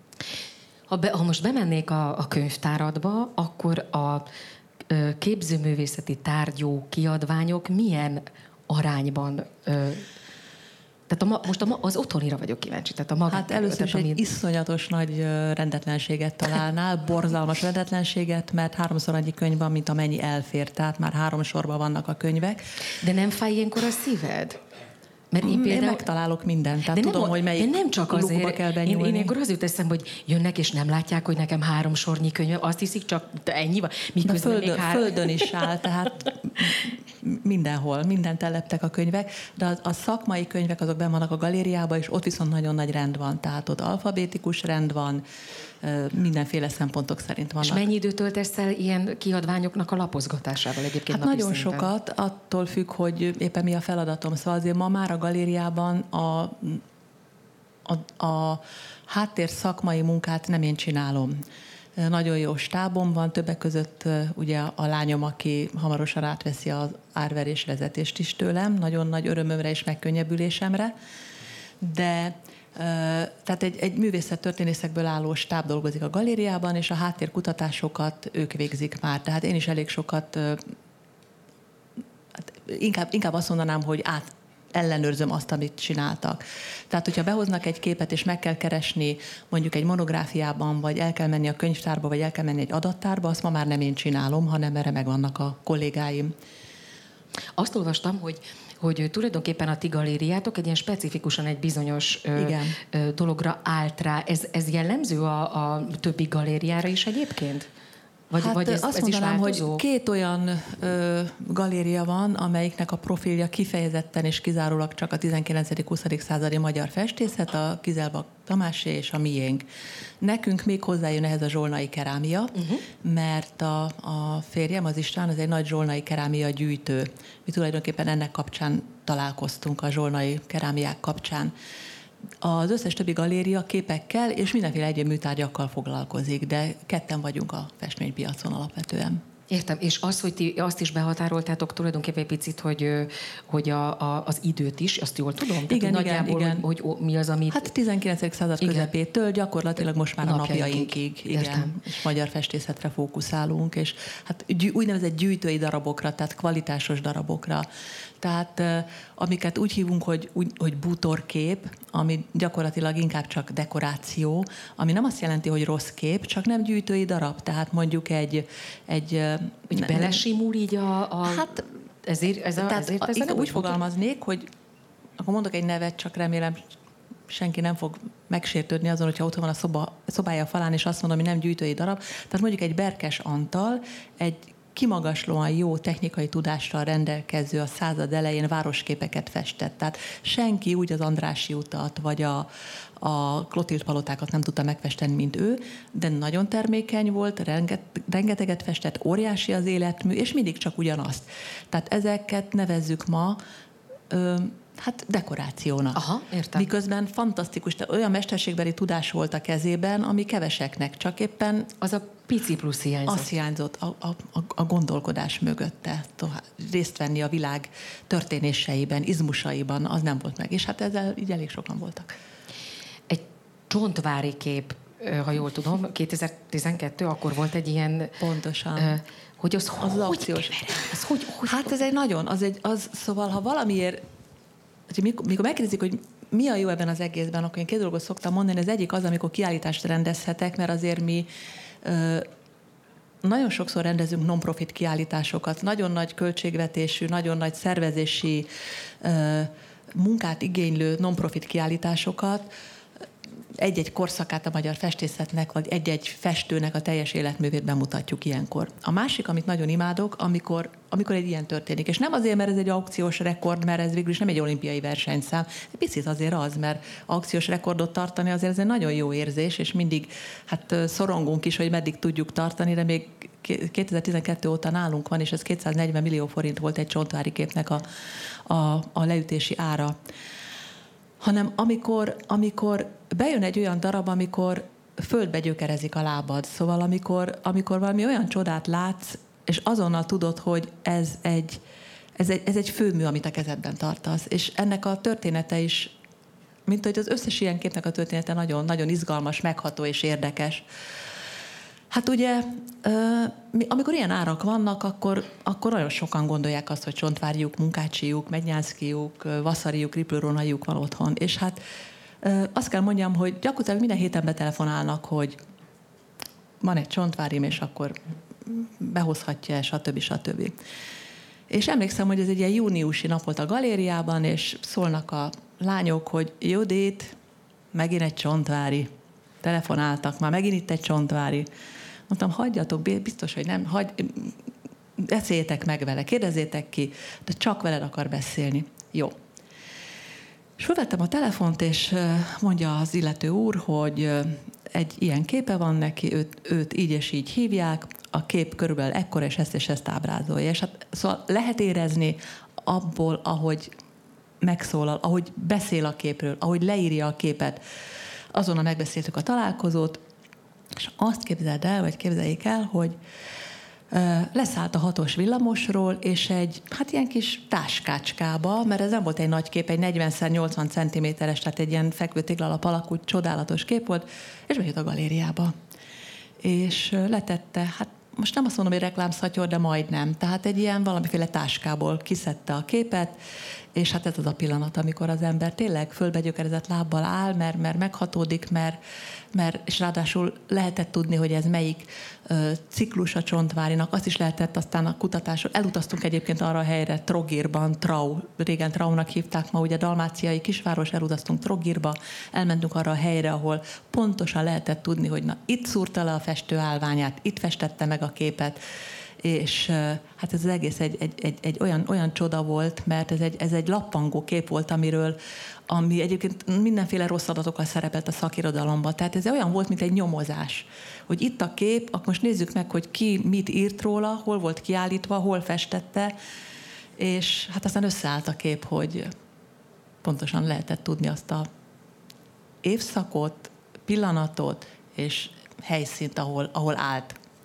Ha most bemennék a könyvtáradba, akkor a képzőművészeti tárgyú kiadványok milyen arányban... Tehát most az otthonira vagyok kíváncsi. Tehát hát először is egy iszonyatos nagy rendetlenséget találnál, borzalmas rendetlenséget, mert 3-szor annyi könyv van, mint amennyi elfér, tehát már 3 sorban vannak a könyvek. De nem fáj ilyenkor a szíved? Mert én megtalálok mindent, tehát tudom, hogy melyik nem csak azért, kell benyúlni. Én ilyenkor az jut eszembe, hogy jönnek és nem látják, hogy nekem 3 sornyi könyv, azt hiszik csak ennyi van. Földön is áll, tehát mindenhol, mindent elleptek a könyvek, de a szakmai könyvek azok benn vannak a galériában, és ott viszont nagyon nagy rend van, tehát ott alfabetikus rend van, mindenféle szempontok szerint vannak. És mennyi időt töltesz el ilyen kiadványoknak a lapozgatásával egyébként? Hát nagyon sokat, attól függ, hogy éppen mi a feladatom. Szóval azért ma már a galériában a háttér szakmai munkát nem én csinálom. Nagyon jó stábom van, többek között ugye a lányom, aki hamarosan átveszi az árverés vezetést is tőlem, nagyon nagy örömömre és megkönnyebbülésemre, de tehát egy művészettörténészekből álló stáb dolgozik a galériában, és a háttérkutatásokat ők végzik már. Tehát én is elég sokat, inkább azt mondanám, hogy ellenőrzöm azt, amit csináltak. Tehát, hogyha behoznak egy képet, és meg kell keresni mondjuk egy monográfiában, vagy el kell menni a könyvtárba, vagy el kell menni egy adattárba, azt ma már nem én csinálom, hanem erre megvannak a kollégáim. Azt olvastam, hogy tulajdonképpen a ti galériátok egy ilyen specifikusan egy bizonyos dologra állt rá. Ez jellemző a többi galériára is egyébként? Vagy azt mondanám, hogy 2 olyan galéria van, amelyiknek a profilja kifejezetten és kizárólag csak a 19.-20. századi magyar festészet, a Kizelbak Tamásé és a miénk. Nekünk még hozzájön ehhez a zsolnai kerámia, mert a férjem, az István, az egy nagy zsolnai kerámia gyűjtő. Mi tulajdonképpen ennek kapcsán találkoztunk, a zsolnai kerámiák kapcsán. Az összes többi galéria képekkel és mindenféle egyéb műtárgyakkal foglalkozik, de ketten vagyunk a festménypiacon alapvetően. Értem, és az, hogy ti azt is behatároltátok tulajdonképpen egy picit, hogy az időt is, azt jól tudom? Igen. Hogy mi az, amit... Hát 19. század közepétől gyakorlatilag most már a napjainkig. Igen, és magyar festészetre fókuszálunk, és hát úgynevezett gyűjtői darabokra, tehát kvalitásos darabokra. Tehát amiket úgy hívunk, hogy bútorkép, ami gyakorlatilag inkább csak dekoráció, ami nem azt jelenti, hogy rossz kép, csak nem gyűjtői darab. Tehát mondjuk hogy belesimul így hát, ezért úgy fogalmaznék, hogy akkor mondok egy nevet, csak remélem senki nem fog megsértődni azon, hogyha otthon van a szobája a falán, és azt mondom, hogy nem gyűjtői darab. Tehát mondjuk egy Berkes Antal, egy kimagaslóan jó technikai tudással rendelkező a század elején városképeket festett. Tehát senki úgy az Andrássy utat, vagy a Klotild palotákat nem tudta megfesteni, mint ő, de nagyon termékeny volt, rengeteget festett, óriási az életmű, és mindig csak ugyanazt. Tehát ezeket nevezzük ma hát dekorációnak. Aha, értem. Miközben fantasztikus, olyan mesterségbeli tudás volt a kezében, ami keveseknek, csak éppen az a pici plusz hiányzott. Az hiányzott a gondolkodás mögötte, részt venni a világ történéseiben, izmusaiban, az nem volt meg. És hát ezzel így elég sokan voltak. Egy csontvári kép, ha jól tudom, 2012, akkor volt egy ilyen... Pontosan. Hogy az aukciós. Hát ez egy nagyon, szóval ha valamiért, mikor megkérdezik, hogy mi a jó ebben az egészben, akkor én két dolgot szoktam mondani. Az egyik az, amikor kiállítást rendezhetek, mert azért mi nagyon sokszor rendezünk non-profit kiállításokat, nagyon nagy költségvetésű, nagyon nagy szervezési munkát igénylő non-profit kiállításokat, egy-egy korszakát a magyar festészetnek, vagy egy-egy festőnek a teljes életművét bemutatjuk ilyenkor. A másik, amit nagyon imádok, amikor egy ilyen történik. És nem azért, mert ez egy aukciós rekord, mert ez végül is nem egy olimpiai versenyszám. Egy picit azért az, mert aukciós rekordot tartani azért ez egy nagyon jó érzés, és mindig hát szorongunk is, hogy meddig tudjuk tartani, de még 2012 óta nálunk van, és ez 240 millió forint volt egy csontvári képnek a leütési ára. Hanem amikor bejön egy olyan darab, amikor földbe gyökerezik a lábad. Szóval amikor valami olyan csodát látsz, és azonnal tudod, hogy ez egy főmű, amit a kezedben tartasz. És ennek a története is, mint hogy az összes ilyen képnek a története nagyon, nagyon izgalmas, megható és érdekes. Hát ugye, amikor ilyen árak vannak, akkor nagyon sokan gondolják azt, hogy Csontváriuk, Munkácsijuk, Mednyánszkijuk, Vaszarijuk, Riplőrónaiuk van otthon. És hát azt kell mondjam, hogy gyakorlatilag minden héten betelefonálnak, hogy van egy Csontvárim, és akkor behozhatja, stb. És emlékszem, hogy ez egy ilyen júniusi nap volt a galériában, és szólnak a lányok, hogy Judit, megint egy Csontvári. Telefonáltak már, megint itt egy Csontvári. Mondtam, hagyjatok, biztos, hogy nem, beszéljétek meg vele, kérdezzétek ki, de csak veled akar beszélni. Jó. És felvettem a telefont, és mondja az illető úr, hogy egy ilyen képe van neki, őt így és így hívják, a kép körülbelül ekkora, és ezt ábrázolja. És hát, szóval lehet érezni abból, ahogy megszólal, ahogy beszél a képről, ahogy leírja a képet. Azonnal megbeszéltük a találkozót, és azt képzeljék el, hogy leszállt a 6-os villamosról, és egy, hát ilyen kis táskácskába, mert ez nem volt egy nagy kép, egy 40x80 cm-es, tehát egy ilyen fekvőtéglalap alakú csodálatos kép volt, és bejött a galériába. És letette, hát most nem azt mondom, hogy reklámszatyor, de majdnem. Tehát egy ilyen valamiféle táskából kiszedte a képet, és hát ez az a pillanat, amikor az ember tényleg fölbegyökerezett lábbal áll, mert meghatódik, és ráadásul lehetett tudni, hogy ez melyik ciklus a Csontvárinak, azt is lehetett aztán a kutatásról. Elutaztunk egyébként arra a helyre, Trogirban, régen Traunak hívták, ma ugye dalmáciai kisváros, elutaztunk Trogirba, elmentünk arra a helyre, ahol pontosan lehetett tudni, hogy na, itt szúrta le a festő állványát, itt festette meg a képet, és hát ez az egész egy olyan csoda volt, mert ez egy lappangó kép volt, ami egyébként mindenféle rossz adatokkal szerepelt a szakirodalomban. Tehát ez olyan volt, mint egy nyomozás. Hogy itt a kép, akkor most nézzük meg, hogy ki mit írt róla, hol volt kiállítva, hol festette, és hát aztán összeállt a kép, hogy pontosan lehetett tudni azt a évszakot, pillanatot és helyszínt, ahol állt.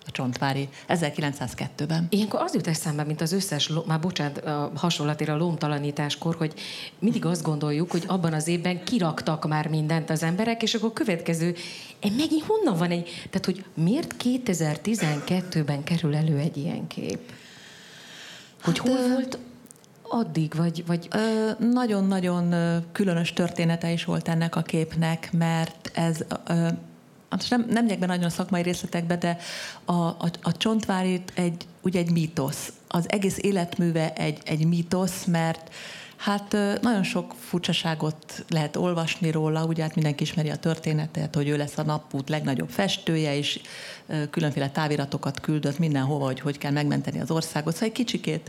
a Csontvári 1902-ben. Ilyenkor az jut eszembe, mint az összes, már bocsánat, a hasonlatére a lomtalanításkor, hogy mindig azt gondoljuk, hogy abban az évben kiraktak már mindent az emberek, és akkor a következő, megint honnan van egy, tehát hogy miért 2012-ben kerül elő egy ilyen kép? Hogy hol volt addig, vagy... Nagyon-nagyon különös története is volt ennek a képnek, mert ez... Nem megyek be nagyon a szakmai részletekbe, de a Csontvári ugye egy mítosz. Az egész életműve egy mítosz, mert hát nagyon sok furcsaságot lehet olvasni róla, ugye hát mindenki ismeri a történetet, hogy ő lesz a Napút legnagyobb festője, és különféle táviratokat küldött mindenhova, hogy kell megmenteni az országot. Szóval egy kicsikét,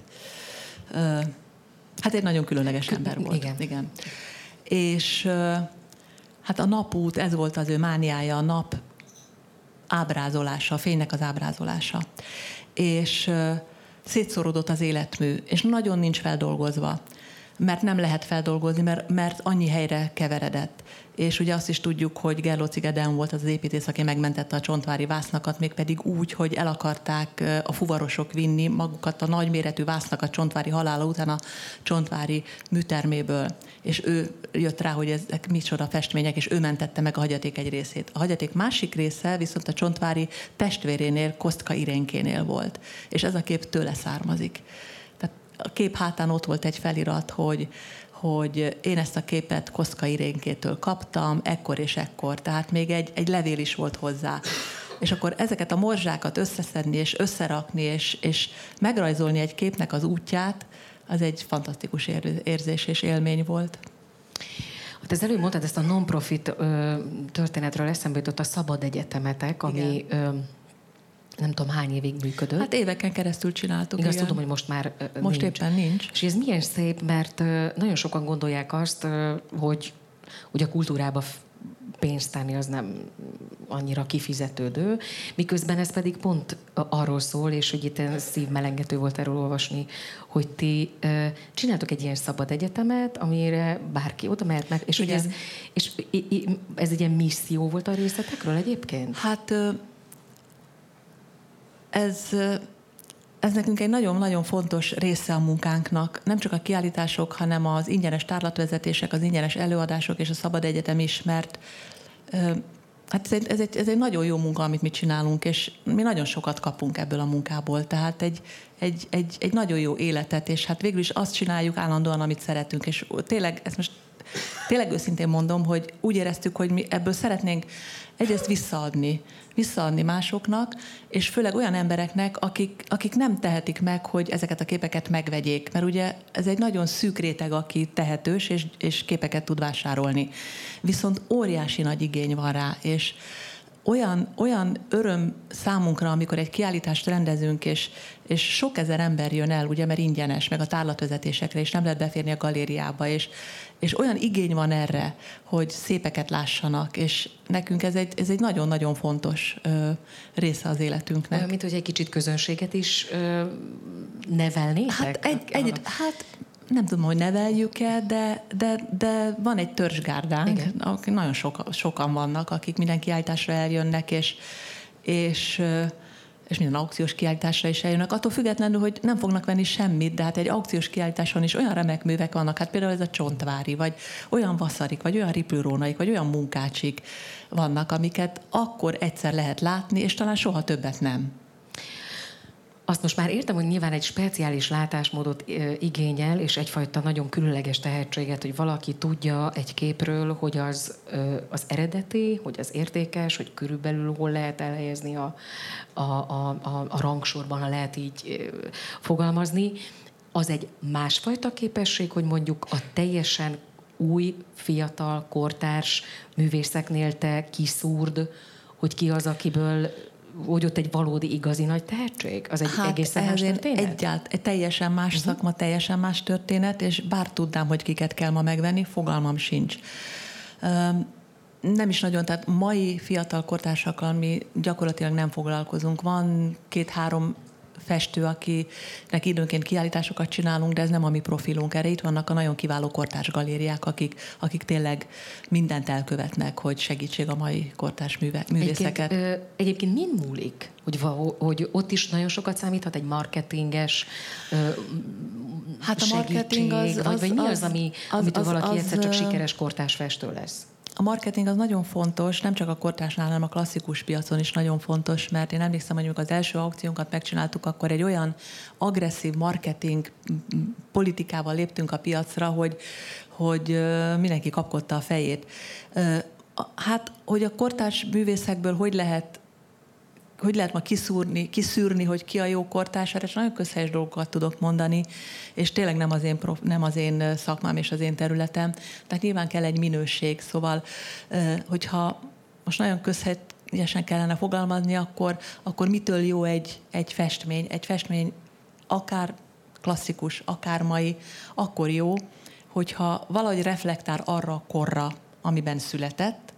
hát egy nagyon különleges ember volt. Igen. És hát a Napút, ez volt az ő mániája, a nap ábrázolása, a fénynek az ábrázolása. És szétszóródott az életmű, és nagyon nincs feldolgozva, mert nem lehet feldolgozni, mert annyi helyre keveredett. És ugye azt is tudjuk, hogy Gerlóczy Gedeon volt az építész, aki megmentette a csontvári vásznakat, mégpedig úgy, hogy el akarták a fuvarosok vinni magukat a nagyméretű vásznakat Csontvári halála után a Csontvári műterméből. És ő jött rá, hogy ezek micsoda festmények, és ő mentette meg a hagyaték egy részét. A hagyaték másik része viszont a Csontvári testvérénél, Kostka Irénkénél volt. És ez a kép tőle származik. Tehát a kép hátán ott volt egy felirat, hogy én ezt a képet Kostka Irénkétől kaptam, ekkor és ekkor. Tehát még egy levél is volt hozzá. És akkor ezeket a morzsákat összeszedni és összerakni, és megrajzolni egy képnek az útját, az egy fantasztikus érzés és élmény volt. Hát az előbb mondtad ezt a non-profit történetről, eszembe jutott a Szabad Egyetemetek, ami nem tudom hány évig működött. Hát éveken keresztül csináltuk. Igen, azt tudom, hogy most már most nincs. Éppen nincs. És ez milyen szép, mert nagyon sokan gondolják azt, hogy a kultúrába pénzt tenni az nem annyira kifizetődő, miközben ez pedig pont arról szól, és hogy itt szívmelengető volt erről olvasni, hogy ti csináltok egy ilyen szabad egyetemet, amire bárki oda mehetnek, és hogy ez egy ilyen misszió volt a részletekről egyébként? Hát ez nekünk egy nagyon-nagyon fontos része a munkánknak. Nem csak a kiállítások, hanem az ingyenes tárlatvezetések, az ingyenes előadások és a Szabad Egyetem is, mert hát ez egy nagyon jó munka, amit mi csinálunk, és mi nagyon sokat kapunk ebből a munkából. Tehát egy nagyon jó életet, és hát végül is azt csináljuk állandóan, amit szeretünk. És tényleg, ezt most tényleg őszintén mondom, hogy úgy éreztük, hogy mi ebből szeretnénk egyrészt visszaadni másoknak, és főleg olyan embereknek, akik nem tehetik meg, hogy ezeket a képeket megvegyék. Mert ugye ez egy nagyon szűk réteg, aki tehetős, és képeket tud vásárolni. Viszont óriási nagy igény van rá, és olyan öröm számunkra, amikor egy kiállítást rendezünk, és sok ezer ember jön el, ugye, mert ingyenes, meg a tárlatvezetésekre, és nem lehet beférni a galériába, és olyan igény van erre, hogy szépeket lássanak, és nekünk ez egy nagyon-nagyon fontos része az életünknek. Olyan, mint hogy egy kicsit közönséget is nevelnétek? Hát nem tudom, hogy neveljük-e, de van egy törzsgárdánk, akik nagyon sokan vannak, akik minden kiállításra eljönnek, és minden aukciós kiállításra is eljönnek. Attól függetlenül, hogy nem fognak venni semmit, de hát egy aukciós kiállításon is olyan remek művek vannak, hát például ez a Csontvári, vagy olyan Vaszarik, vagy olyan Riplőrónaik, vagy olyan Munkácsik vannak, amiket akkor egyszer lehet látni, és talán soha többet nem. Azt most már értem, hogy nyilván egy speciális látásmódot igényel, és egyfajta nagyon különleges tehetséget, hogy valaki tudja egy képről, hogy az eredeti, hogy az értékes, hogy körülbelül hol lehet elhelyezni a rangsorban, ha lehet így fogalmazni. Az egy másfajta képesség, hogy mondjuk a teljesen új, fiatal, kortárs művészeknél te kiszúrd, hogy ki az, akiből... hogy ott egy valódi, igazi nagy tehetség? Az egy egészen más történet? Egy teljesen más szakma, teljesen más történet, és bár tudnám, hogy kiket kell ma megvenni, fogalmam sincs. Nem is nagyon, tehát mai fiatal kortársakkal mi gyakorlatilag nem foglalkozunk. Van 2-3 festő, akinek időnként kiállításokat csinálunk, de ez nem a mi profilunk. Erre itt vannak a nagyon kiváló kortárs galériák, akik tényleg mindent elkövetnek, hogy segítség a mai kortárs művészeket. Egyébként mind múlik? Hogy ott is nagyon sokat számíthat egy marketinges a marketing vagy mi az, amitől valaki egyszer csak sikeres kortárs festő lesz? A marketing az nagyon fontos, nem csak a kortársnál, hanem a klasszikus piacon is nagyon fontos, mert én emlékszem, hogy amikor az első aukciónkat megcsináltuk, akkor egy olyan agresszív marketing politikával léptünk a piacra, hogy mindenki kapkodta a fejét. Hát, hogy a kortárs művészekből hogy lehet ma kiszűrni, hogy ki a jó kortárs, erre nagyon közhelyes dolgokat tudok mondani, és tényleg nem az én szakmám és az én területem. Tehát nyilván kell egy minőség, szóval, hogyha most nagyon közhelyesen kellene fogalmazni, akkor mitől jó egy festmény? Egy festmény akár klasszikus, akár mai, akkor jó, hogyha valahogy reflektál arra a korra, amiben született,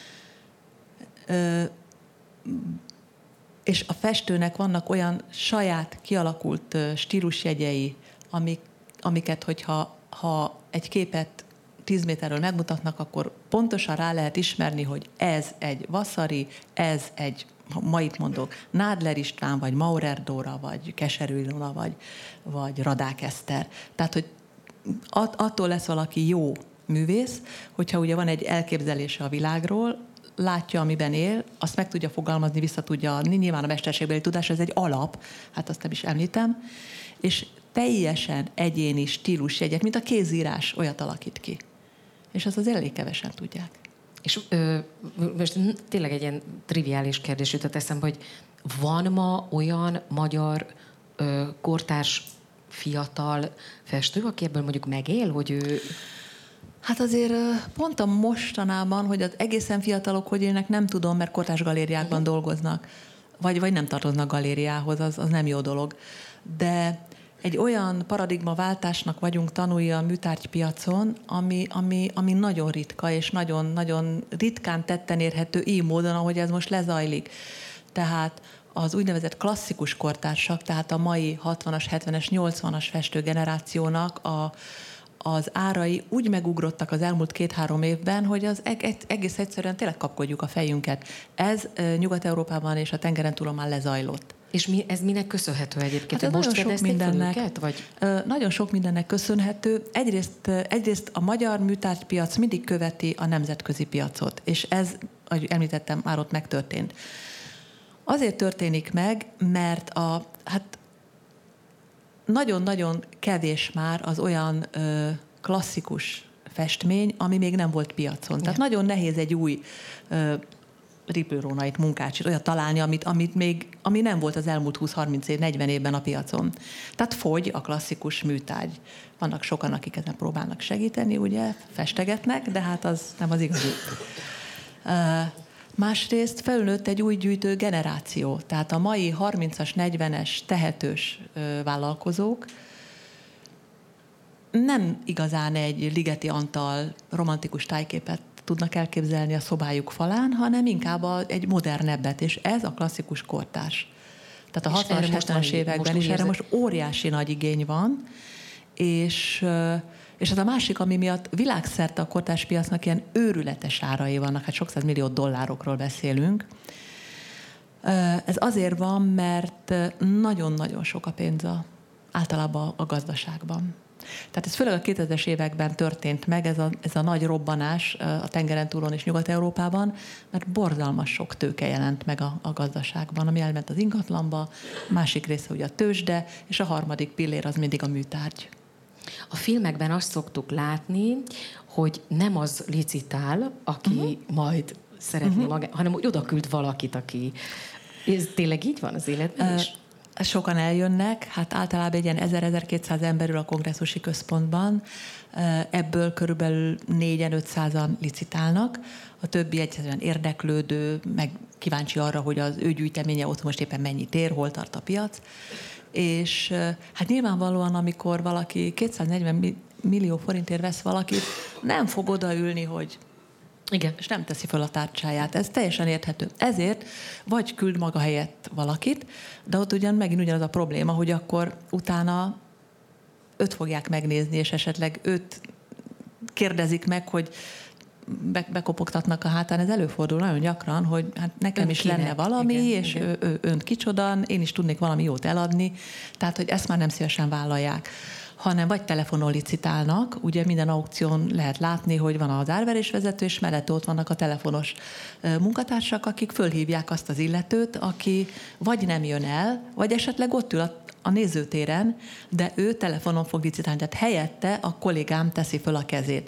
és a festőnek vannak olyan saját kialakult stílusjegyei, amiket, hogyha egy képet 10 méterről megmutatnak, akkor pontosan rá lehet ismerni, hogy ez egy Vasari, ez egy, ma itt mondok, Nádler István, vagy Maurer Dóra, vagy Keserű Ilona, vagy Radák Eszter. Tehát, hogy attól lesz valaki jó művész, hogyha ugye van egy elképzelése a világról, látja, amiben él, azt meg tudja fogalmazni, vissza tudja adni. Nyilván a mesterségbeli tudás, ez egy alap, hát azt nem is említem, és teljesen egyéni stílusjegyet, mint a kézírás, olyat alakít ki. És azt azért elég kevesen tudják. És most tényleg egy ilyen triviális kérdés jutott eszembe, hogy van ma olyan magyar kortárs fiatal festő, aki ebből mondjuk megél, hogy ő... Hát azért pont a mostanában, hogy az egészen fiatalok hogy élnek, nem tudom, mert kortárs galériákban dolgoznak, vagy nem tartoznak galériához, az nem jó dolog. De egy olyan paradigmaváltásnak vagyunk tanulni a műtárgypiacon, ami nagyon ritka, és nagyon-nagyon ritkán tetten érhető így módon, ahogy ez most lezajlik. Tehát az úgynevezett klasszikus kortársak, tehát a mai 60-as, 70-es, 80-as festőgenerációnak az árai úgy megugrottak az elmúlt 2-3 évben, hogy az egész egyszerűen tényleg kapkodjuk a fejünket. Ez Nyugat-Európában és a tengeren túlon már lezajlott. És ez minek köszönhető egyébként? Hát most nagyon sok mindennek, őket, vagy? Nagyon sok mindennek köszönhető. Egyrészt a magyar műtárgypiac mindig követi a nemzetközi piacot, és ez, ahogy említettem, már ott megtörtént. Azért történik meg, mert nagyon-nagyon kevés már az olyan klasszikus festmény, ami még nem volt piacon. Tehát nagyon nehéz egy új Ripley-Rónait, Munkácsit olyat találni, ami nem volt az elmúlt 20-30 év, 40 évben a piacon. Tehát fogy a klasszikus műtárgy. Vannak sokan, akik ezen próbálnak segíteni, ugye, festegetnek, de hát az nem az igazi. Másrészt felnőtt egy új gyűjtő generáció, tehát a mai 30-as, 40-es tehetős vállalkozók nem igazán egy Ligeti Antal romantikus tájképet tudnak elképzelni a szobájuk falán, hanem inkább egy modernebbet, és ez a klasszikus kortárs. Tehát a 60-as, 70-es években is erre most óriási nagy igény van, és ez a másik, ami miatt világszerte a kortárs piacnak ilyen őrületes árai vannak, hát sok $100 millió beszélünk. Ez azért van, mert nagyon-nagyon sok a pénz általában a gazdaságban. Tehát ez főleg a 2000-es években történt meg, ez a nagy robbanás a tengeren túlon és Nyugat-Európában, mert borzalmas sok tőke jelent meg a gazdaságban, ami elment az ingatlanba, a másik része ugye a tőzsde, és a harmadik pillér az mindig a műtárgy. A filmekben azt szoktuk látni, hogy nem az licitál, aki majd szeretné magát, hanem hogy oda küld valakit, aki... Ez tényleg így van az életben is? Sokan eljönnek, hát általában egy ilyen 1000-1200 ember ül a kongresszusi központban, ebből körülbelül 400-500-an licitálnak, a többi egyszerűen érdeklődő, meg kíváncsi arra, hogy az ő gyűjteménye ott most éppen mennyit ér, hol tart a piac. És hát nyilvánvalóan, amikor valaki 240 millió forintért vesz valakit, nem fog odaülni, hogy Igen. És nem teszi föl a tárcsáját. Ez teljesen érthető. Ezért vagy küld maga helyett valakit, de ott megint ugyanaz a probléma, hogy akkor utána őt fogják megnézni, és esetleg őt kérdezik meg, hogy bekopogtatnak a hátán. Ez előfordul nagyon gyakran, hogy hát nekem is lenne valami, igen, és ön kicsoda, én is tudnék valami jót eladni. Tehát, hogy ezt már nem szívesen vállalják. Hanem vagy telefonon licitálnak, ugye minden aukción lehet látni, hogy van az árverésvezető, és mellette ott vannak a telefonos munkatársak, akik fölhívják azt az illetőt, aki vagy nem jön el, vagy esetleg ott ül a nézőtéren, de ő telefonon fog licitálni, tehát helyette a kollégám teszi föl a kezét.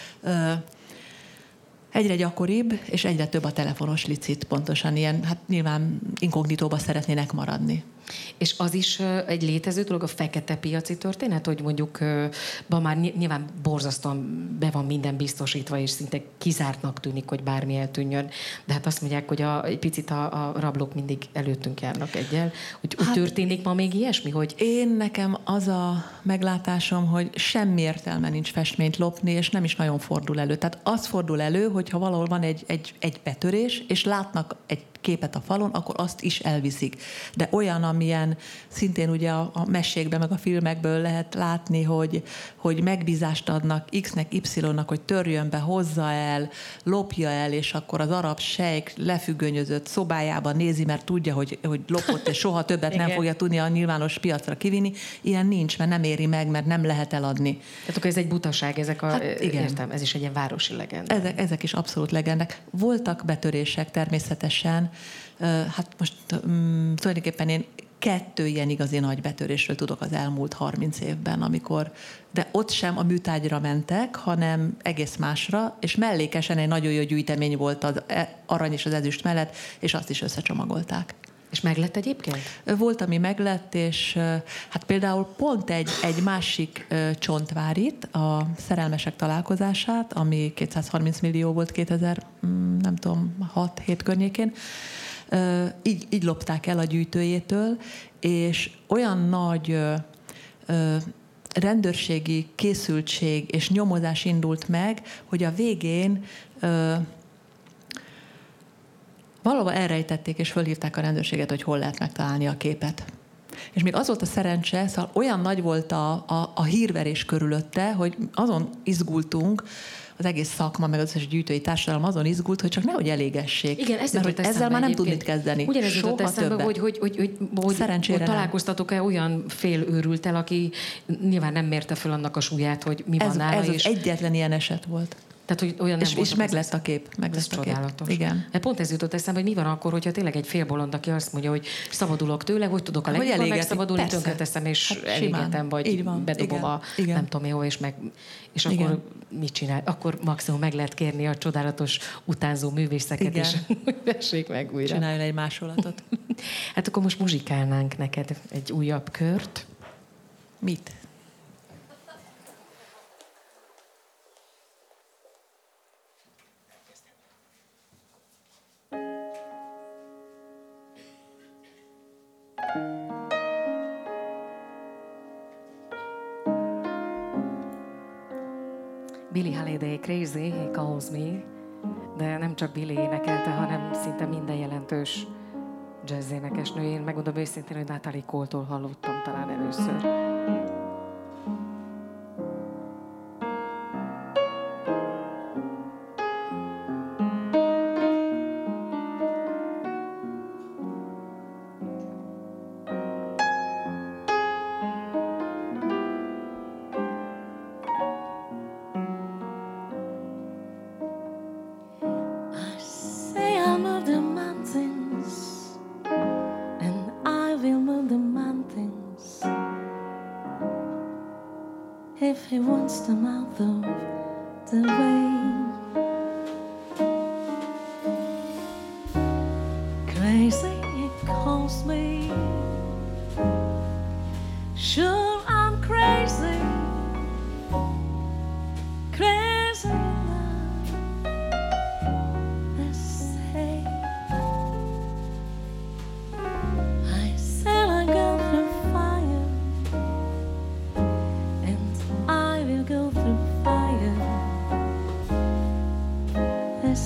Egyre gyakoribb, és egyre több a telefonos licit, pontosan ilyen, hát nyilván inkognitóba szeretnének maradni. És az is egy létező dolog, a fekete piaci történet, hogy mondjuk ma már nyilván borzasztóan be van minden biztosítva, és szinte kizártnak tűnik, hogy bármi eltűnjön. De hát azt mondják, hogy egy picit a rablók mindig előttünk járnak egyel. Hogy hát, történik ma még ilyesmi? Hogy... Nekem az a meglátásom, hogy semmi értelme nincs festményt lopni, és nem is nagyon fordul elő. Tehát az fordul elő, hogyha valahol van egy betörés, és látnak egy képet a falon, akkor azt is elviszik. De olyan, amilyen szintén ugye a mesékben, meg a filmekből lehet látni, hogy megbízást adnak X-nek, Y-nak, hogy törjön be, hozza el, lopja el, és akkor az arab sejk lefüggönyözött szobájában nézi, mert tudja, hogy lopott, és soha többet nem fogja tudni a nyilvános piacra kivinni. Ilyen nincs, mert nem éri meg, mert nem lehet eladni. Tehát akkor ez egy butaság, ezek a... Hát igen. Értem, ez is egy ilyen városi legenda. Ezek is abszolút legendák. Voltak betörések természetesen. Hát most tulajdonképpen én 2 ilyen igazi nagy betörésről tudok az elmúlt 30 évben, de ott sem a műtárgyra mentek, hanem egész másra, és mellékesen egy nagyon jó gyűjtemény volt az arany és az ezüst mellett, és azt is összecsomagolták. És meglett egyébként? Volt, ami meglett, és hát például pont egy másik csontvárit, a Szerelmesek találkozását, ami 230 millió volt 2006-7 környékén, így lopták el a gyűjtőjétől, és olyan nagy rendőrségi készültség és nyomozás indult meg, hogy a végén valahol elrejtették, és fölhívták a rendőrséget, hogy hol lehet megtalálni a képet. És még az volt a szerencse, szóval olyan nagy volt a hírverés körülötte, hogy azon izgultunk, az egész szakma, meg az összes gyűjtői társadalom azon izgult, hogy csak nehogy elégessék. Igen, ez mert hogy ezzel már nem tud mit kezdeni. Ugyanez jutott eszembe, hogy találkoztatok-e olyan félőrülttel, aki nyilván nem mérte föl annak a súlyát, hogy mi van nála. Ez az egyetlen ilyen eset volt. Tehát, hogy olyan nem és meg lett a kép. Ez csodálatos. Igen. Hát pont ez jutott eszembe, hogy mi van akkor, hogyha tényleg egy félbolond, aki azt mondja, hogy szabadulok tőle, hogy tudok a legjobban megszabadulni, tönkreteszem, és hát elégetem, vagy bedobom nem tudom hova, és akkor igen. Mit csinál? Akkor maximum meg lehet kérni a csodálatos utánzó művészeket, és hogy vessék meg újra. Csináljon egy másolatot. Hát akkor most muzsikálnánk neked egy újabb kört. Mit? Billie Holiday, Crazy, He Calls Me, de nem csak Billie énekelte, hanem szinte minden jelentős jazz énekesnő. Én megmondom őszintén, hogy Natalie Cole-tól hallottam talán először. If he wants them out of the way. Crazy, he calls me. Sure, I'm crazy. Crazy love, they say. I said I go through fire, and I will go through fire. They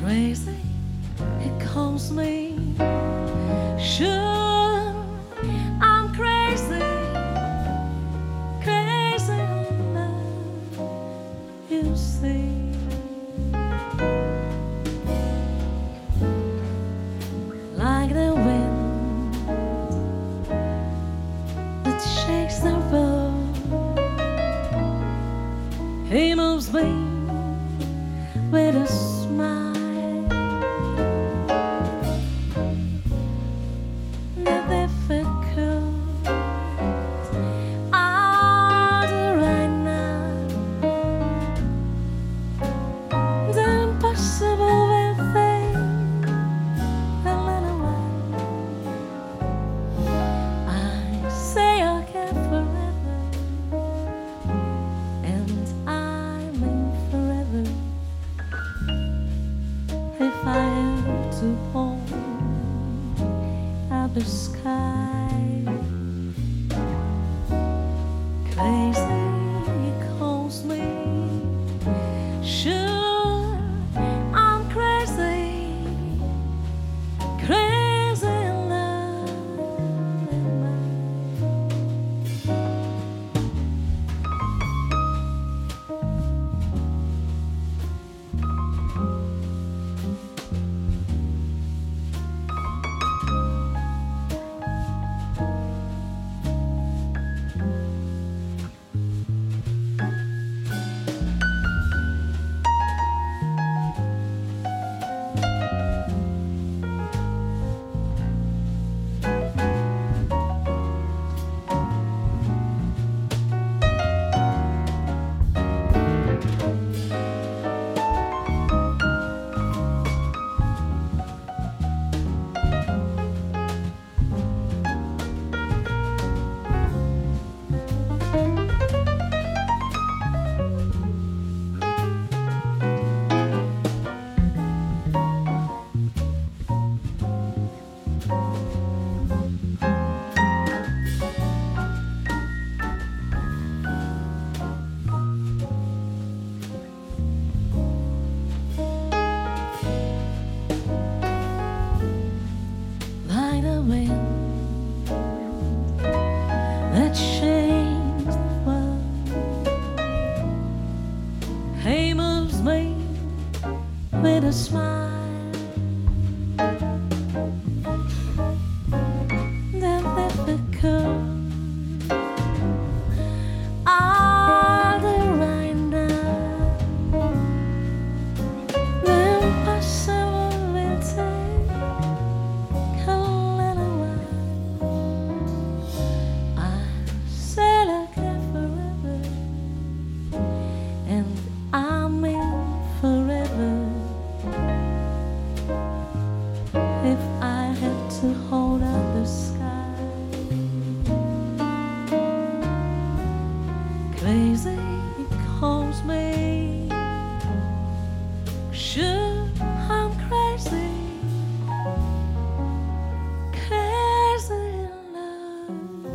crazy, it calls me. Sure, I'm crazy, crazy in love, you see. Like the wind that shakes the road, he moves me with a smile. The sky, crazy, he calls me. Sure, I'm crazy, crazy in love. That shakes the world, he moves me with a smile. Then difficult are the right now, the impossibility. To hold up the sky, crazy, it calls me. Sure, I'm crazy, crazy in love.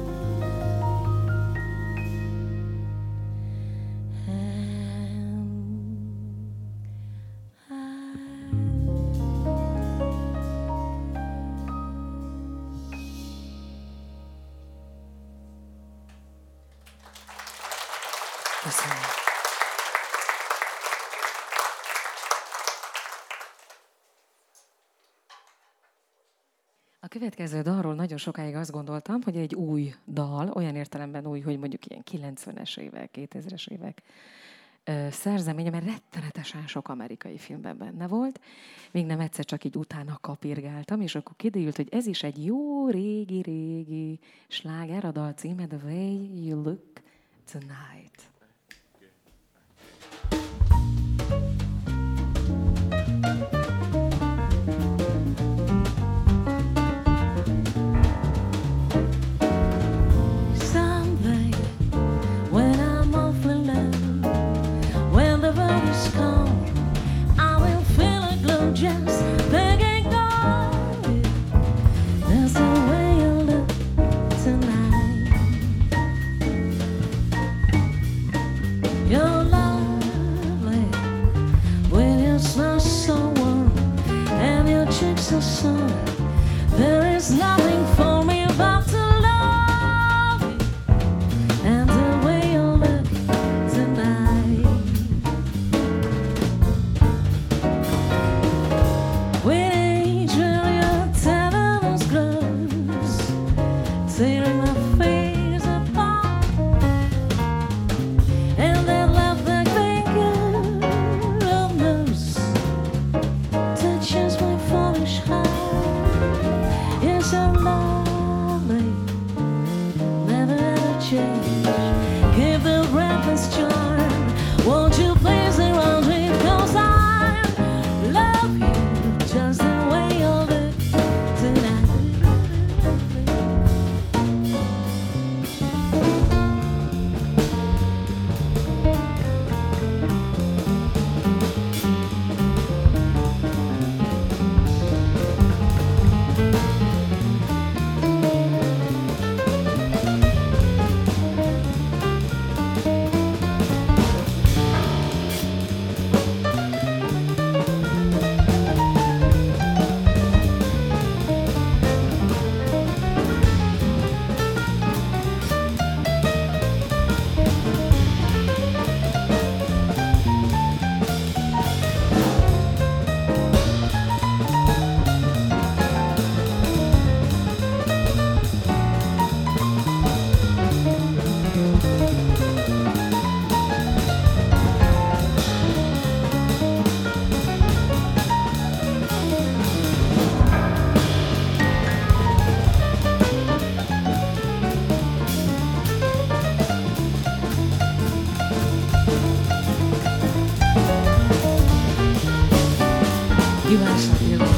Köszönöm. A következő dalról nagyon sokáig azt gondoltam, hogy egy új dal, olyan értelemben új, hogy mondjuk ilyen 90-es évek, 2000-es évek szerzeménye, mert rettenetesen sok amerikai filmben benne volt. Még nem egyszer csak így utána kapirgáltam, és akkor kiderült, hogy ez is egy jó régi sláger, a dal címe The Way You Look Tonight. Just thinking of it. That's the way you look tonight. checks the sun. There is nothing for me but to love you and the way you look tonight. With each of your tenderness grows, tearing my face apart, and that love that finger almost touches my foolish heart. You're so lovely, never ever change. Give the breathless charm. Won't you please surround me? 'Cause I love you just the way you look tonight. You are so beautiful.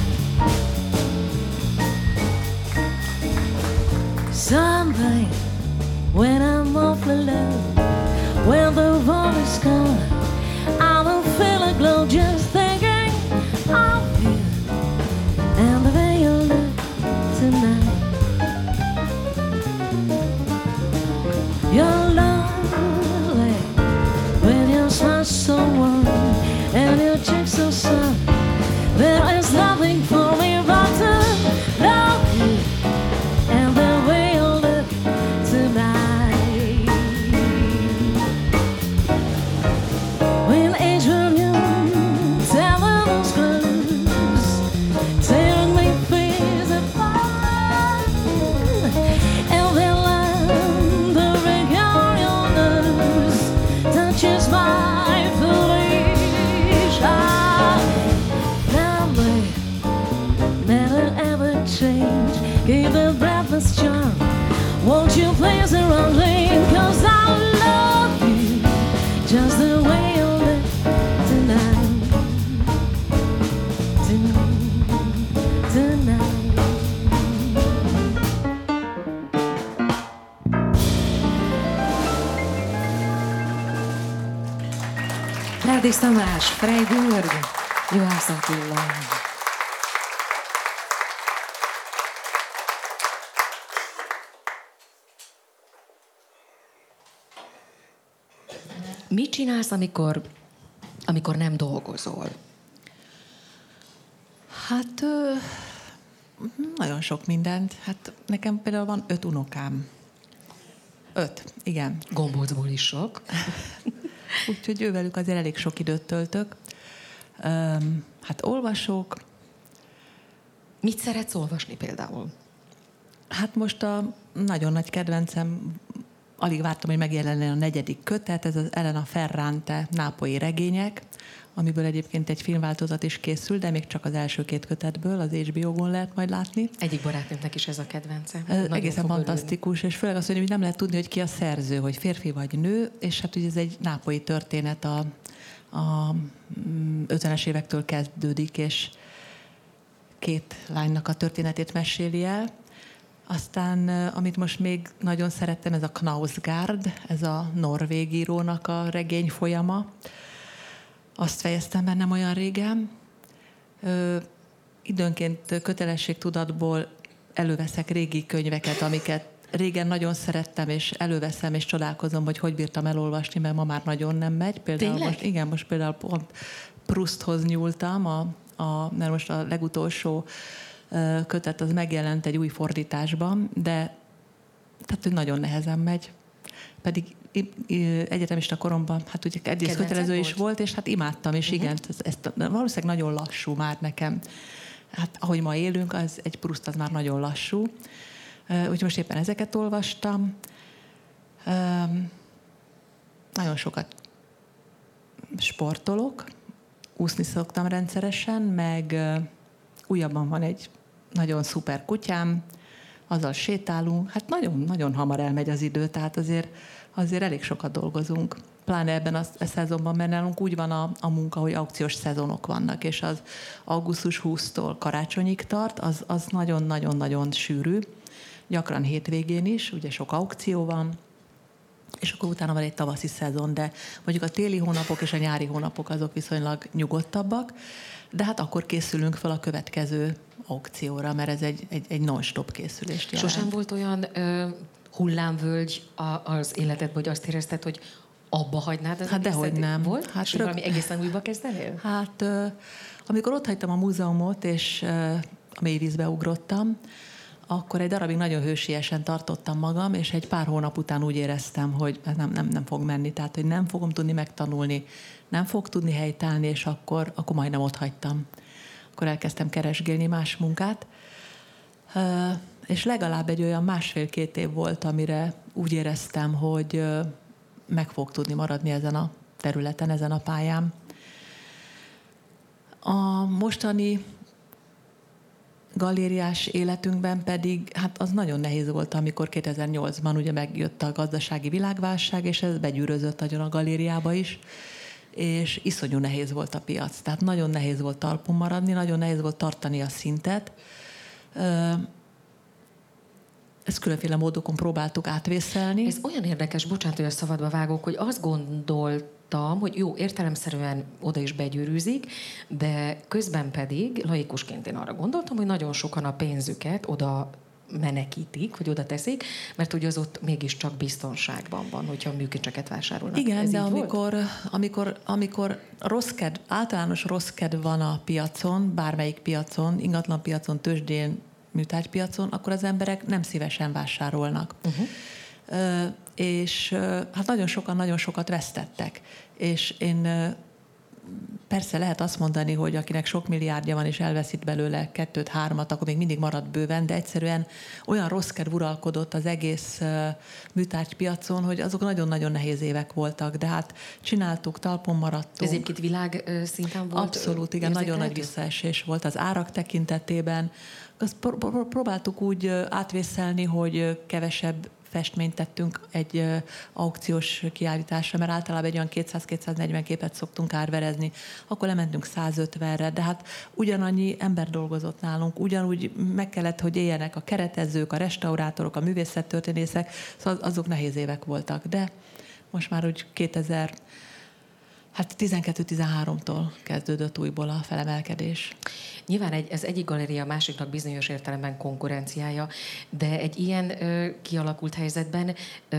Someday, when I'm awfully low, when the world is gone, I will feel a glow just thinking of you and the way you look tonight. You're lovely when you smile so warm and your cheeks so soft. There is nothing for me but to love you and the way you look tonight. When each of you tenderness grows, tearing me face apart, and then the ring on your nose touches my foolish heart. Never ever change. Give the breathless charm. Won't you please surround me? 'Cause I love you just the way you look tonight. Tonight. Lárdis Tamás, Freiburg, Juhász Attila. Mit csinálsz, amikor nem dolgozol? Hát nagyon sok mindent. Hát nekem például van 5 unokám. 5, igen. Gombócból is sok. Úgyhogy ővelük azért elég sok időt töltök. Hát olvasok. Mit szeretsz olvasni például? Hát most a nagyon nagy kedvencem, alig vártam, hogy megjelenjen a 4. kötet, ez az Elena Ferrante nápolyi regények, amiből egyébként egy filmváltozat is készül, de még csak az első 2 kötetből, az HBO-gon lehet majd látni. Egyik barátnőmnek is ez a kedvence. Egészen fantasztikus, és főleg az, hogy nem lehet tudni, hogy ki a szerző, hogy férfi vagy nő, és hát ugye ez egy nápolyi történet, a 50-es évektől kezdődik, és 2 lánynak a történetét meséli el. Aztán, amit most még nagyon szerettem, ez a Knausgard, ez a norvég írónak a regény folyama. Azt fejeztem be nem olyan régen. Időnként kötelességtudatból előveszek régi könyveket, amiket régen nagyon szerettem, és előveszem, és csodálkozom, hogy bírtam elolvasni, mert ma már nagyon nem megy. Például most például pont Prousthoz nyúltam, mert most a legutolsó kötet az megjelent egy új fordításban, de tehát, hogy nagyon nehezen megy. Pedig egyetemista koromban, hát ugye egész kötelező is volt, és hát imádtam, és igen, ez valószínűleg nagyon lassú már nekem. Hát ahogy ma élünk, az egy Proust az már nagyon lassú. Úgyhogy most éppen ezeket olvastam. Nagyon sokat sportolok, úszni szoktam rendszeresen, meg újabban van egy nagyon szuper kutyám, azzal sétálunk, hát nagyon hamar elmegy az idő, tehát azért elég sokat dolgozunk. Pláne ebben a szezonban, mert nálunk úgy van a munka, hogy aukciós szezonok vannak, és az augusztus 20-tól karácsonyig tart, az nagyon-nagyon-nagyon sűrű, gyakran hétvégén is, ugye sok aukció van, és akkor utána van egy tavaszi szezon, de mondjuk a téli hónapok és a nyári hónapok azok viszonylag nyugodtabbak, de hát akkor készülünk fel a következő aukcióra, mert ez egy non-stop készülést jelent. Sosem volt olyan hullámvölgy az életedben, hogy azt érezted, hogy abba hagynád az hát dehogy nem. Volt? Hát és valami egészen újba kezdenél? Hát amikor otthagytam a múzeumot, és a mélyvízbe ugrottam, akkor egy darabig nagyon hősiesen tartottam magam, és egy pár hónap után úgy éreztem, hogy nem fog menni, tehát hogy nem fogom tudni megtanulni, nem fog tudni helytállni, és akkor majdnem otthagytam. Akkor elkezdtem keresgélni más munkát, és legalább egy olyan 1,5-2 év volt, amire úgy éreztem, hogy meg fog tudni maradni ezen a területen, ezen a pályán. A mostani galériás életünkben pedig, hát az nagyon nehéz volt, amikor 2008-ban ugye megjött a gazdasági világválság, és ez begyűrözött nagyon a galériába is, és iszonyú nehéz volt a piac. Tehát nagyon nehéz volt talpon maradni, nagyon nehéz volt tartani a szintet. Ezt különféle módokon próbáltuk átvészelni. Ez olyan érdekes, bocsánat, hogy a szabadba vágok, hogy azt gondoltam, hogy jó, értelemszerűen oda is begyűrűzik, de közben pedig, laikusként én arra gondoltam, hogy nagyon sokan a pénzüket oda menekítik, hogy oda teszik, mert ugye az ott mégiscsak biztonságban van, hogyha műkincseket vásárolnak. Igen, ez de amikor általános rossz kedv van a piacon, bármelyik piacon, ingatlan piacon, tőzsdén, műtárgypiacon, akkor az emberek nem szívesen vásárolnak. És hát nagyon sokat vesztettek. És én persze lehet azt mondani, hogy akinek sok milliárdja van, és elveszít belőle 2-3, akkor még mindig marad bőven, de egyszerűen olyan rossz kedv uralkodott az egész műtárgypiacon, hogy azok nagyon-nagyon nehéz évek voltak, de hát csináltuk, talpon maradtunk. Ez egyébként világszinten volt? Abszolút, igen, nagyon nagy visszaesés volt az árak tekintetében. Azt próbáltuk úgy átvészelni, hogy kevesebb festményt tettünk egy aukciós kiállításra, mert általában egy olyan 200-240 képet szoktunk árverezni, akkor lementünk 150-re, de hát ugyanannyi ember dolgozott nálunk, ugyanúgy meg kellett, hogy éljenek a keretezők, a restaurátorok, a művészettörténészek, szóval azok nehéz évek voltak, de most már úgy 12-13-tól kezdődött újból a felemelkedés. Nyilván ez egyik galéria a másiknak bizonyos értelemben konkurenciája, de egy ilyen kialakult helyzetben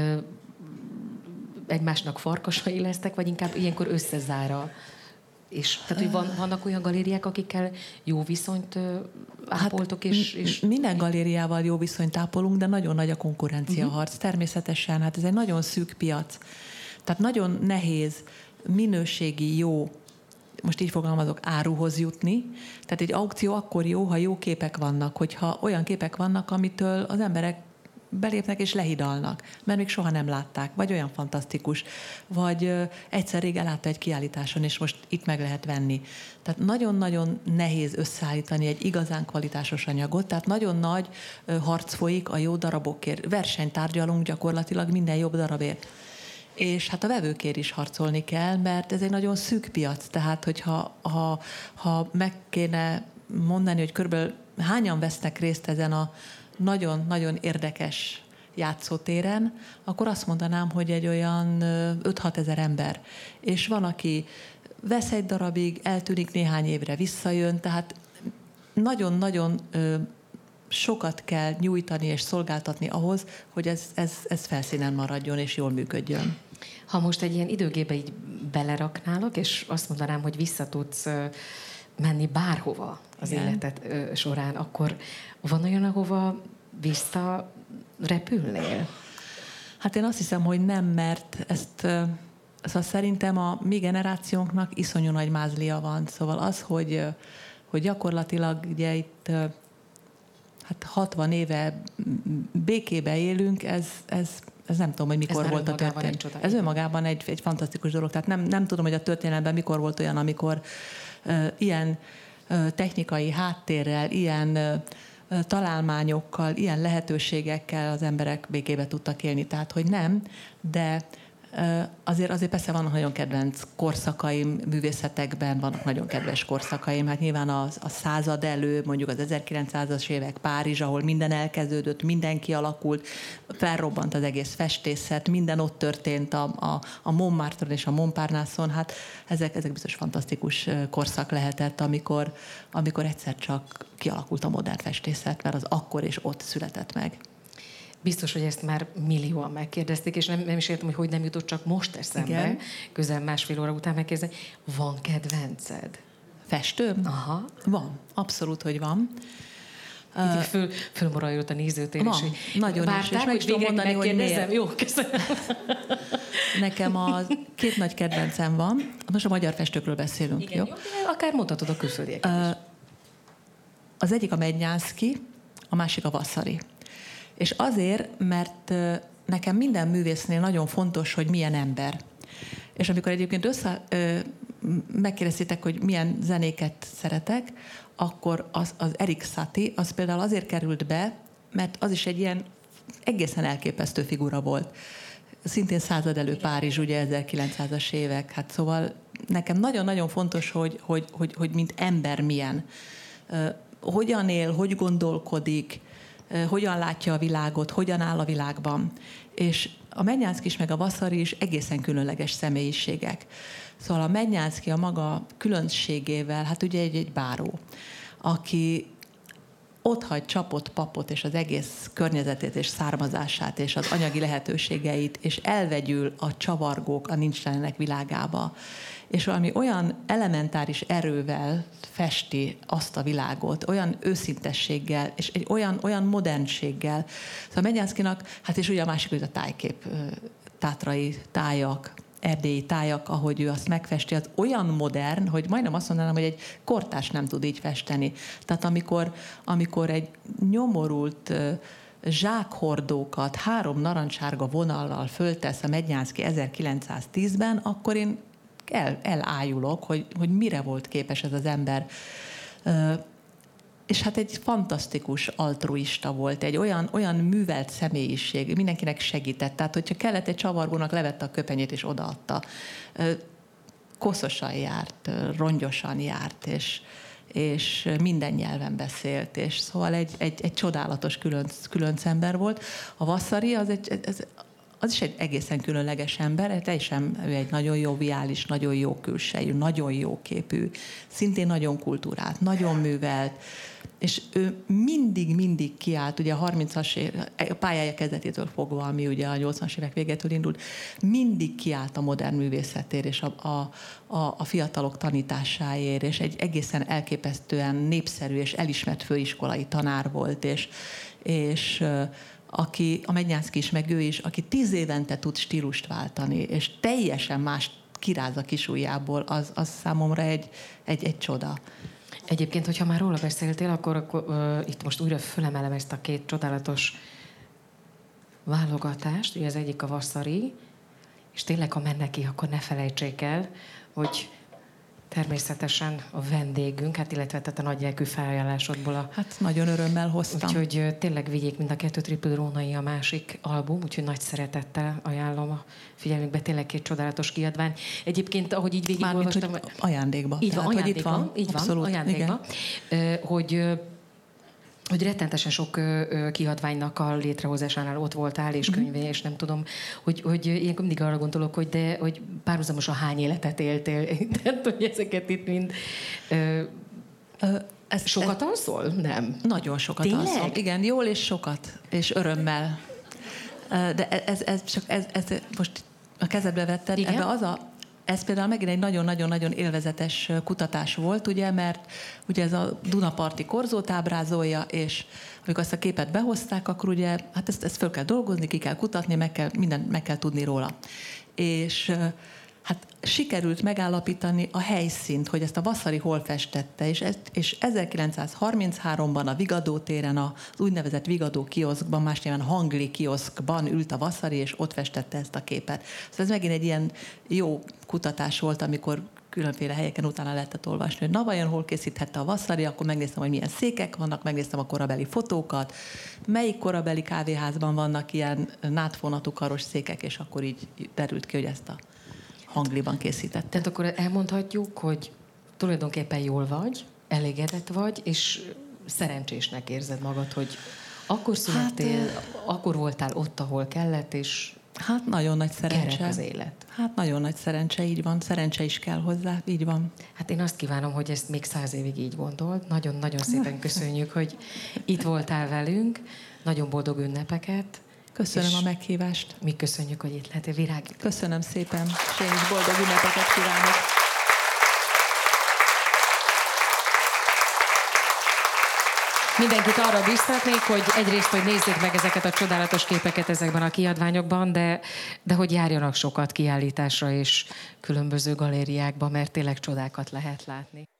egymásnak farkasai lesztek, vagy inkább ilyenkor összezára? És tehát, hogy vannak olyan galériák, akikkel jó viszonyt ápoltok? És minden galériával jó viszonyt ápolunk, de nagyon nagy a konkurenciaharc. Természetesen, hát ez egy nagyon szűk piac. Tehát nagyon nehéz minőségi, jó, most így fogalmazok, áruhoz jutni. Tehát egy aukció akkor jó, ha jó képek vannak, hogyha olyan képek vannak, amitől az emberek belépnek és lehidalnak, mert még soha nem látták, vagy olyan fantasztikus, vagy egyszer rég ellátta egy kiállításon, és most itt meg lehet venni. Tehát nagyon-nagyon nehéz összeállítani egy igazán kvalitásos anyagot, tehát nagyon nagy harc folyik a jó darabokért. Versenyt tárgyalunk gyakorlatilag minden jobb darabért. És hát a vevőkért is harcolni kell, mert ez egy nagyon szűk piac, tehát hogyha ha meg kéne mondani, hogy körülbelül hányan vesznek részt ezen a nagyon-nagyon érdekes játszótéren, akkor azt mondanám, hogy egy olyan 5-6 ezer ember. És van, aki vesz egy darabig, eltűnik néhány évre, visszajön, tehát nagyon-nagyon sokat kell nyújtani és szolgáltatni ahhoz, hogy ez felszínen maradjon és jól működjön. Ha most egy ilyen időgébe így beleraknálok, és azt mondanám, hogy vissza tudsz menni bárhova az életed során, akkor van olyan, ahova visszarepülnél? Hát én azt hiszem, hogy nem, mert szóval szerintem a mi generációnknak iszonyú nagy mázlia van. Szóval az, hogy gyakorlatilag ugye itt 60 éve békébe élünk, ez nem tudom, hogy mikor volt a történet. Ez önmagában egy fantasztikus dolog. Tehát nem tudom, hogy a történelemben mikor volt olyan, amikor ilyen technikai háttérrel, ilyen találmányokkal, ilyen lehetőségekkel az emberek békébe tudtak élni. Tehát, hogy nem, de azért persze vannak nagyon kedvenc korszakaim, művészetekben vannak nagyon kedves korszakaim. Hát nyilván a század elő, mondjuk az 1900-as évek Párizs, ahol minden elkezdődött, minden kialakult, felrobbant az egész festészet, minden ott történt a Montmartre-on és a Montparnasse-on. Hát ezek biztos fantasztikus korszak lehetett, amikor egyszer csak kialakult a modern festészet, mert az akkor és ott született meg. Biztos, hogy ezt már millióan megkérdezték, és nem is értem, hogy nem jutott csak most eszembe, igen, közel másfél óra után megkérdezni. Van kedvenced? Festő? Aha. Van. Abszolút, hogy van. Fölmorajult a nézőtér. Van, nagyon is. És meg is tudom mondani, hogy miért. Jó, köszönöm. Nekem 2 nagy kedvencem van. Most a magyar festőkről beszélünk. Igen, jó? Akár mondhatod a külföldieket. Az egyik a Mednyánszky, a másik a Vasari. És azért, mert nekem minden művésznél nagyon fontos, hogy milyen ember. És amikor egyébként megkérdeztétek, hogy milyen zenéket szeretek, akkor az Erik Satie, az például azért került be, mert az is egy ilyen egészen elképesztő figura volt. Szintén század elő Párizs, ugye 1900-as évek. Hát szóval nekem nagyon-nagyon fontos, hogy mint ember milyen. Hogyan él, hogy gondolkodik, hogyan látja a világot, hogyan áll a világban. És a Mednyánszky is, meg a Vasari is egészen különleges személyiségek. Szóval a Mednyánszky a maga különbségével, hát ugye egy báró, aki otthagy csapot, papot, és az egész környezetét, és származását, és az anyagi lehetőségeit, és elvegyül a csavargók a nincsenek világába. És valami olyan elementáris erővel festi azt a világot, olyan őszintességgel, és egy olyan modernséggel. Szóval Mednyánszkynak, hát és ugye a másik, hogy a tájkép, tátrai tájak, erdélyi tájak, ahogy ő azt megfesti, az olyan modern, hogy majdnem azt mondanám, hogy egy kortárs nem tud így festeni. Tehát amikor egy nyomorult zsákhordókat 3 narancssárga vonallal föltesz a Mednyánszky 1910-ben, akkor én elájulok, hogy mire volt képes ez az ember. És hát egy fantasztikus altruista volt, egy olyan művelt személyiség, mindenkinek segített. Tehát, hogyha kellett egy csavargónak, levette a köpenyét és odaadta. Koszosan járt, rongyosan járt, és minden nyelven beszélt, és szóval egy csodálatos különc ember volt. A Vasari az is egy egészen különleges ember, teljesen ő egy nagyon joviális, nagyon jó külsejű, nagyon jó képű, szintén nagyon kultúrált, nagyon művelt, és ő mindig kiállt, ugye a 30-as pályája kezdetétől fogva, ami ugye a 80-as évek végétől indult, mindig kiállt a modern művészetért és a fiatalok tanításáért, és egy egészen elképesztően népszerű és elismert főiskolai tanár volt, és aki, a Mednyánszky is, meg ő is, aki 10 évente tud stílust váltani, és teljesen más kiráz a kisujjából, az számomra egy csoda. Egyébként, hogyha már róla beszéltél, akkor itt most újra fölemelem ezt a 2 csodálatos válogatást. Ugye az egyik a Vasari, és tényleg, ha mennek ki, akkor ne felejtsék el, hogy természetesen a vendégünk, hát illetve tehát a nagylelkű felajánlásodból Hát nagyon örömmel hoztam. Úgyhogy tényleg vigyék mind a 2 Triple Rónai a másik album, úgyhogy nagy szeretettel ajánlom a figyelmükbe, tényleg 2 csodálatos kiadvány. Egyébként, ahogy így végigolvastam... Ajándékba. Így van, ajándékba. Így van, abszolút, ajándékba. Hogy rettentesen sok kiadványnak a létrehozásánál ott voltál, és könyvé, és nem tudom, hogy ilyenkor mindig arra gondolok, hogy párhuzamosan hány életet éltél, tehát hogy ezeket itt mind... Sokat alszol? Nem. Nagyon sokat alszom. Igen, jól és sokat, és örömmel. De ez most a kezedbe vetted, ebbe Ez például megint egy nagyon-nagyon-nagyon élvezetes kutatás volt, ugye, mert ugye ez a Dunaparti korzót ábrázolja, és amikor ezt a képet behozták, akkor ugye, hát ezt föl kell dolgozni, ki kell kutatni, mindent meg kell tudni róla. És hát sikerült megállapítani a helyszínt, hogy ezt a Vasari hol festette, és 1933-ban a Vigadó téren, az úgynevezett Vigadó kioszkban, más néven Hangli kioszkban ült a Vasari, és ott festette ezt a képet. Szóval ez megint egy ilyen jó kutatás volt, amikor különféle helyeken utána lehetett olvasni, hogy na vajon hol készíthette a Vasari, akkor megnéztem, hogy milyen székek vannak, megnéztem a korabeli fotókat, melyik korabeli kávéházban vannak ilyen nátfonatú karos székek, és akkor így derült ki, hogy ezt a Hangliban készítette. Tehát akkor elmondhatjuk, hogy tulajdonképpen jól vagy, elégedett vagy, és szerencsésnek érzed magad, hogy akkor születtél, akkor voltál ott, ahol kellett, és hát nagyon nagy szerencse. Kerek az élet. Hát nagyon nagy szerencse, így van. Szerencse is kell hozzá, így van. Hát én azt kívánom, hogy ezt még 100 évig így gondold. Nagyon-nagyon szépen köszönjük, hogy itt voltál velünk. Nagyon boldog ünnepeket. Köszönöm a meghívást. Mi köszönjük, hogy itt lehetél, Virág. Köszönöm szépen, és én is boldog ünnepeket kívánok. Mindenkit arra biztatnék, hogy egyrészt, hogy nézzék meg ezeket a csodálatos képeket ezekben a kiadványokban, de hogy járjanak sokat kiállításra és különböző galériákba, mert tényleg csodákat lehet látni.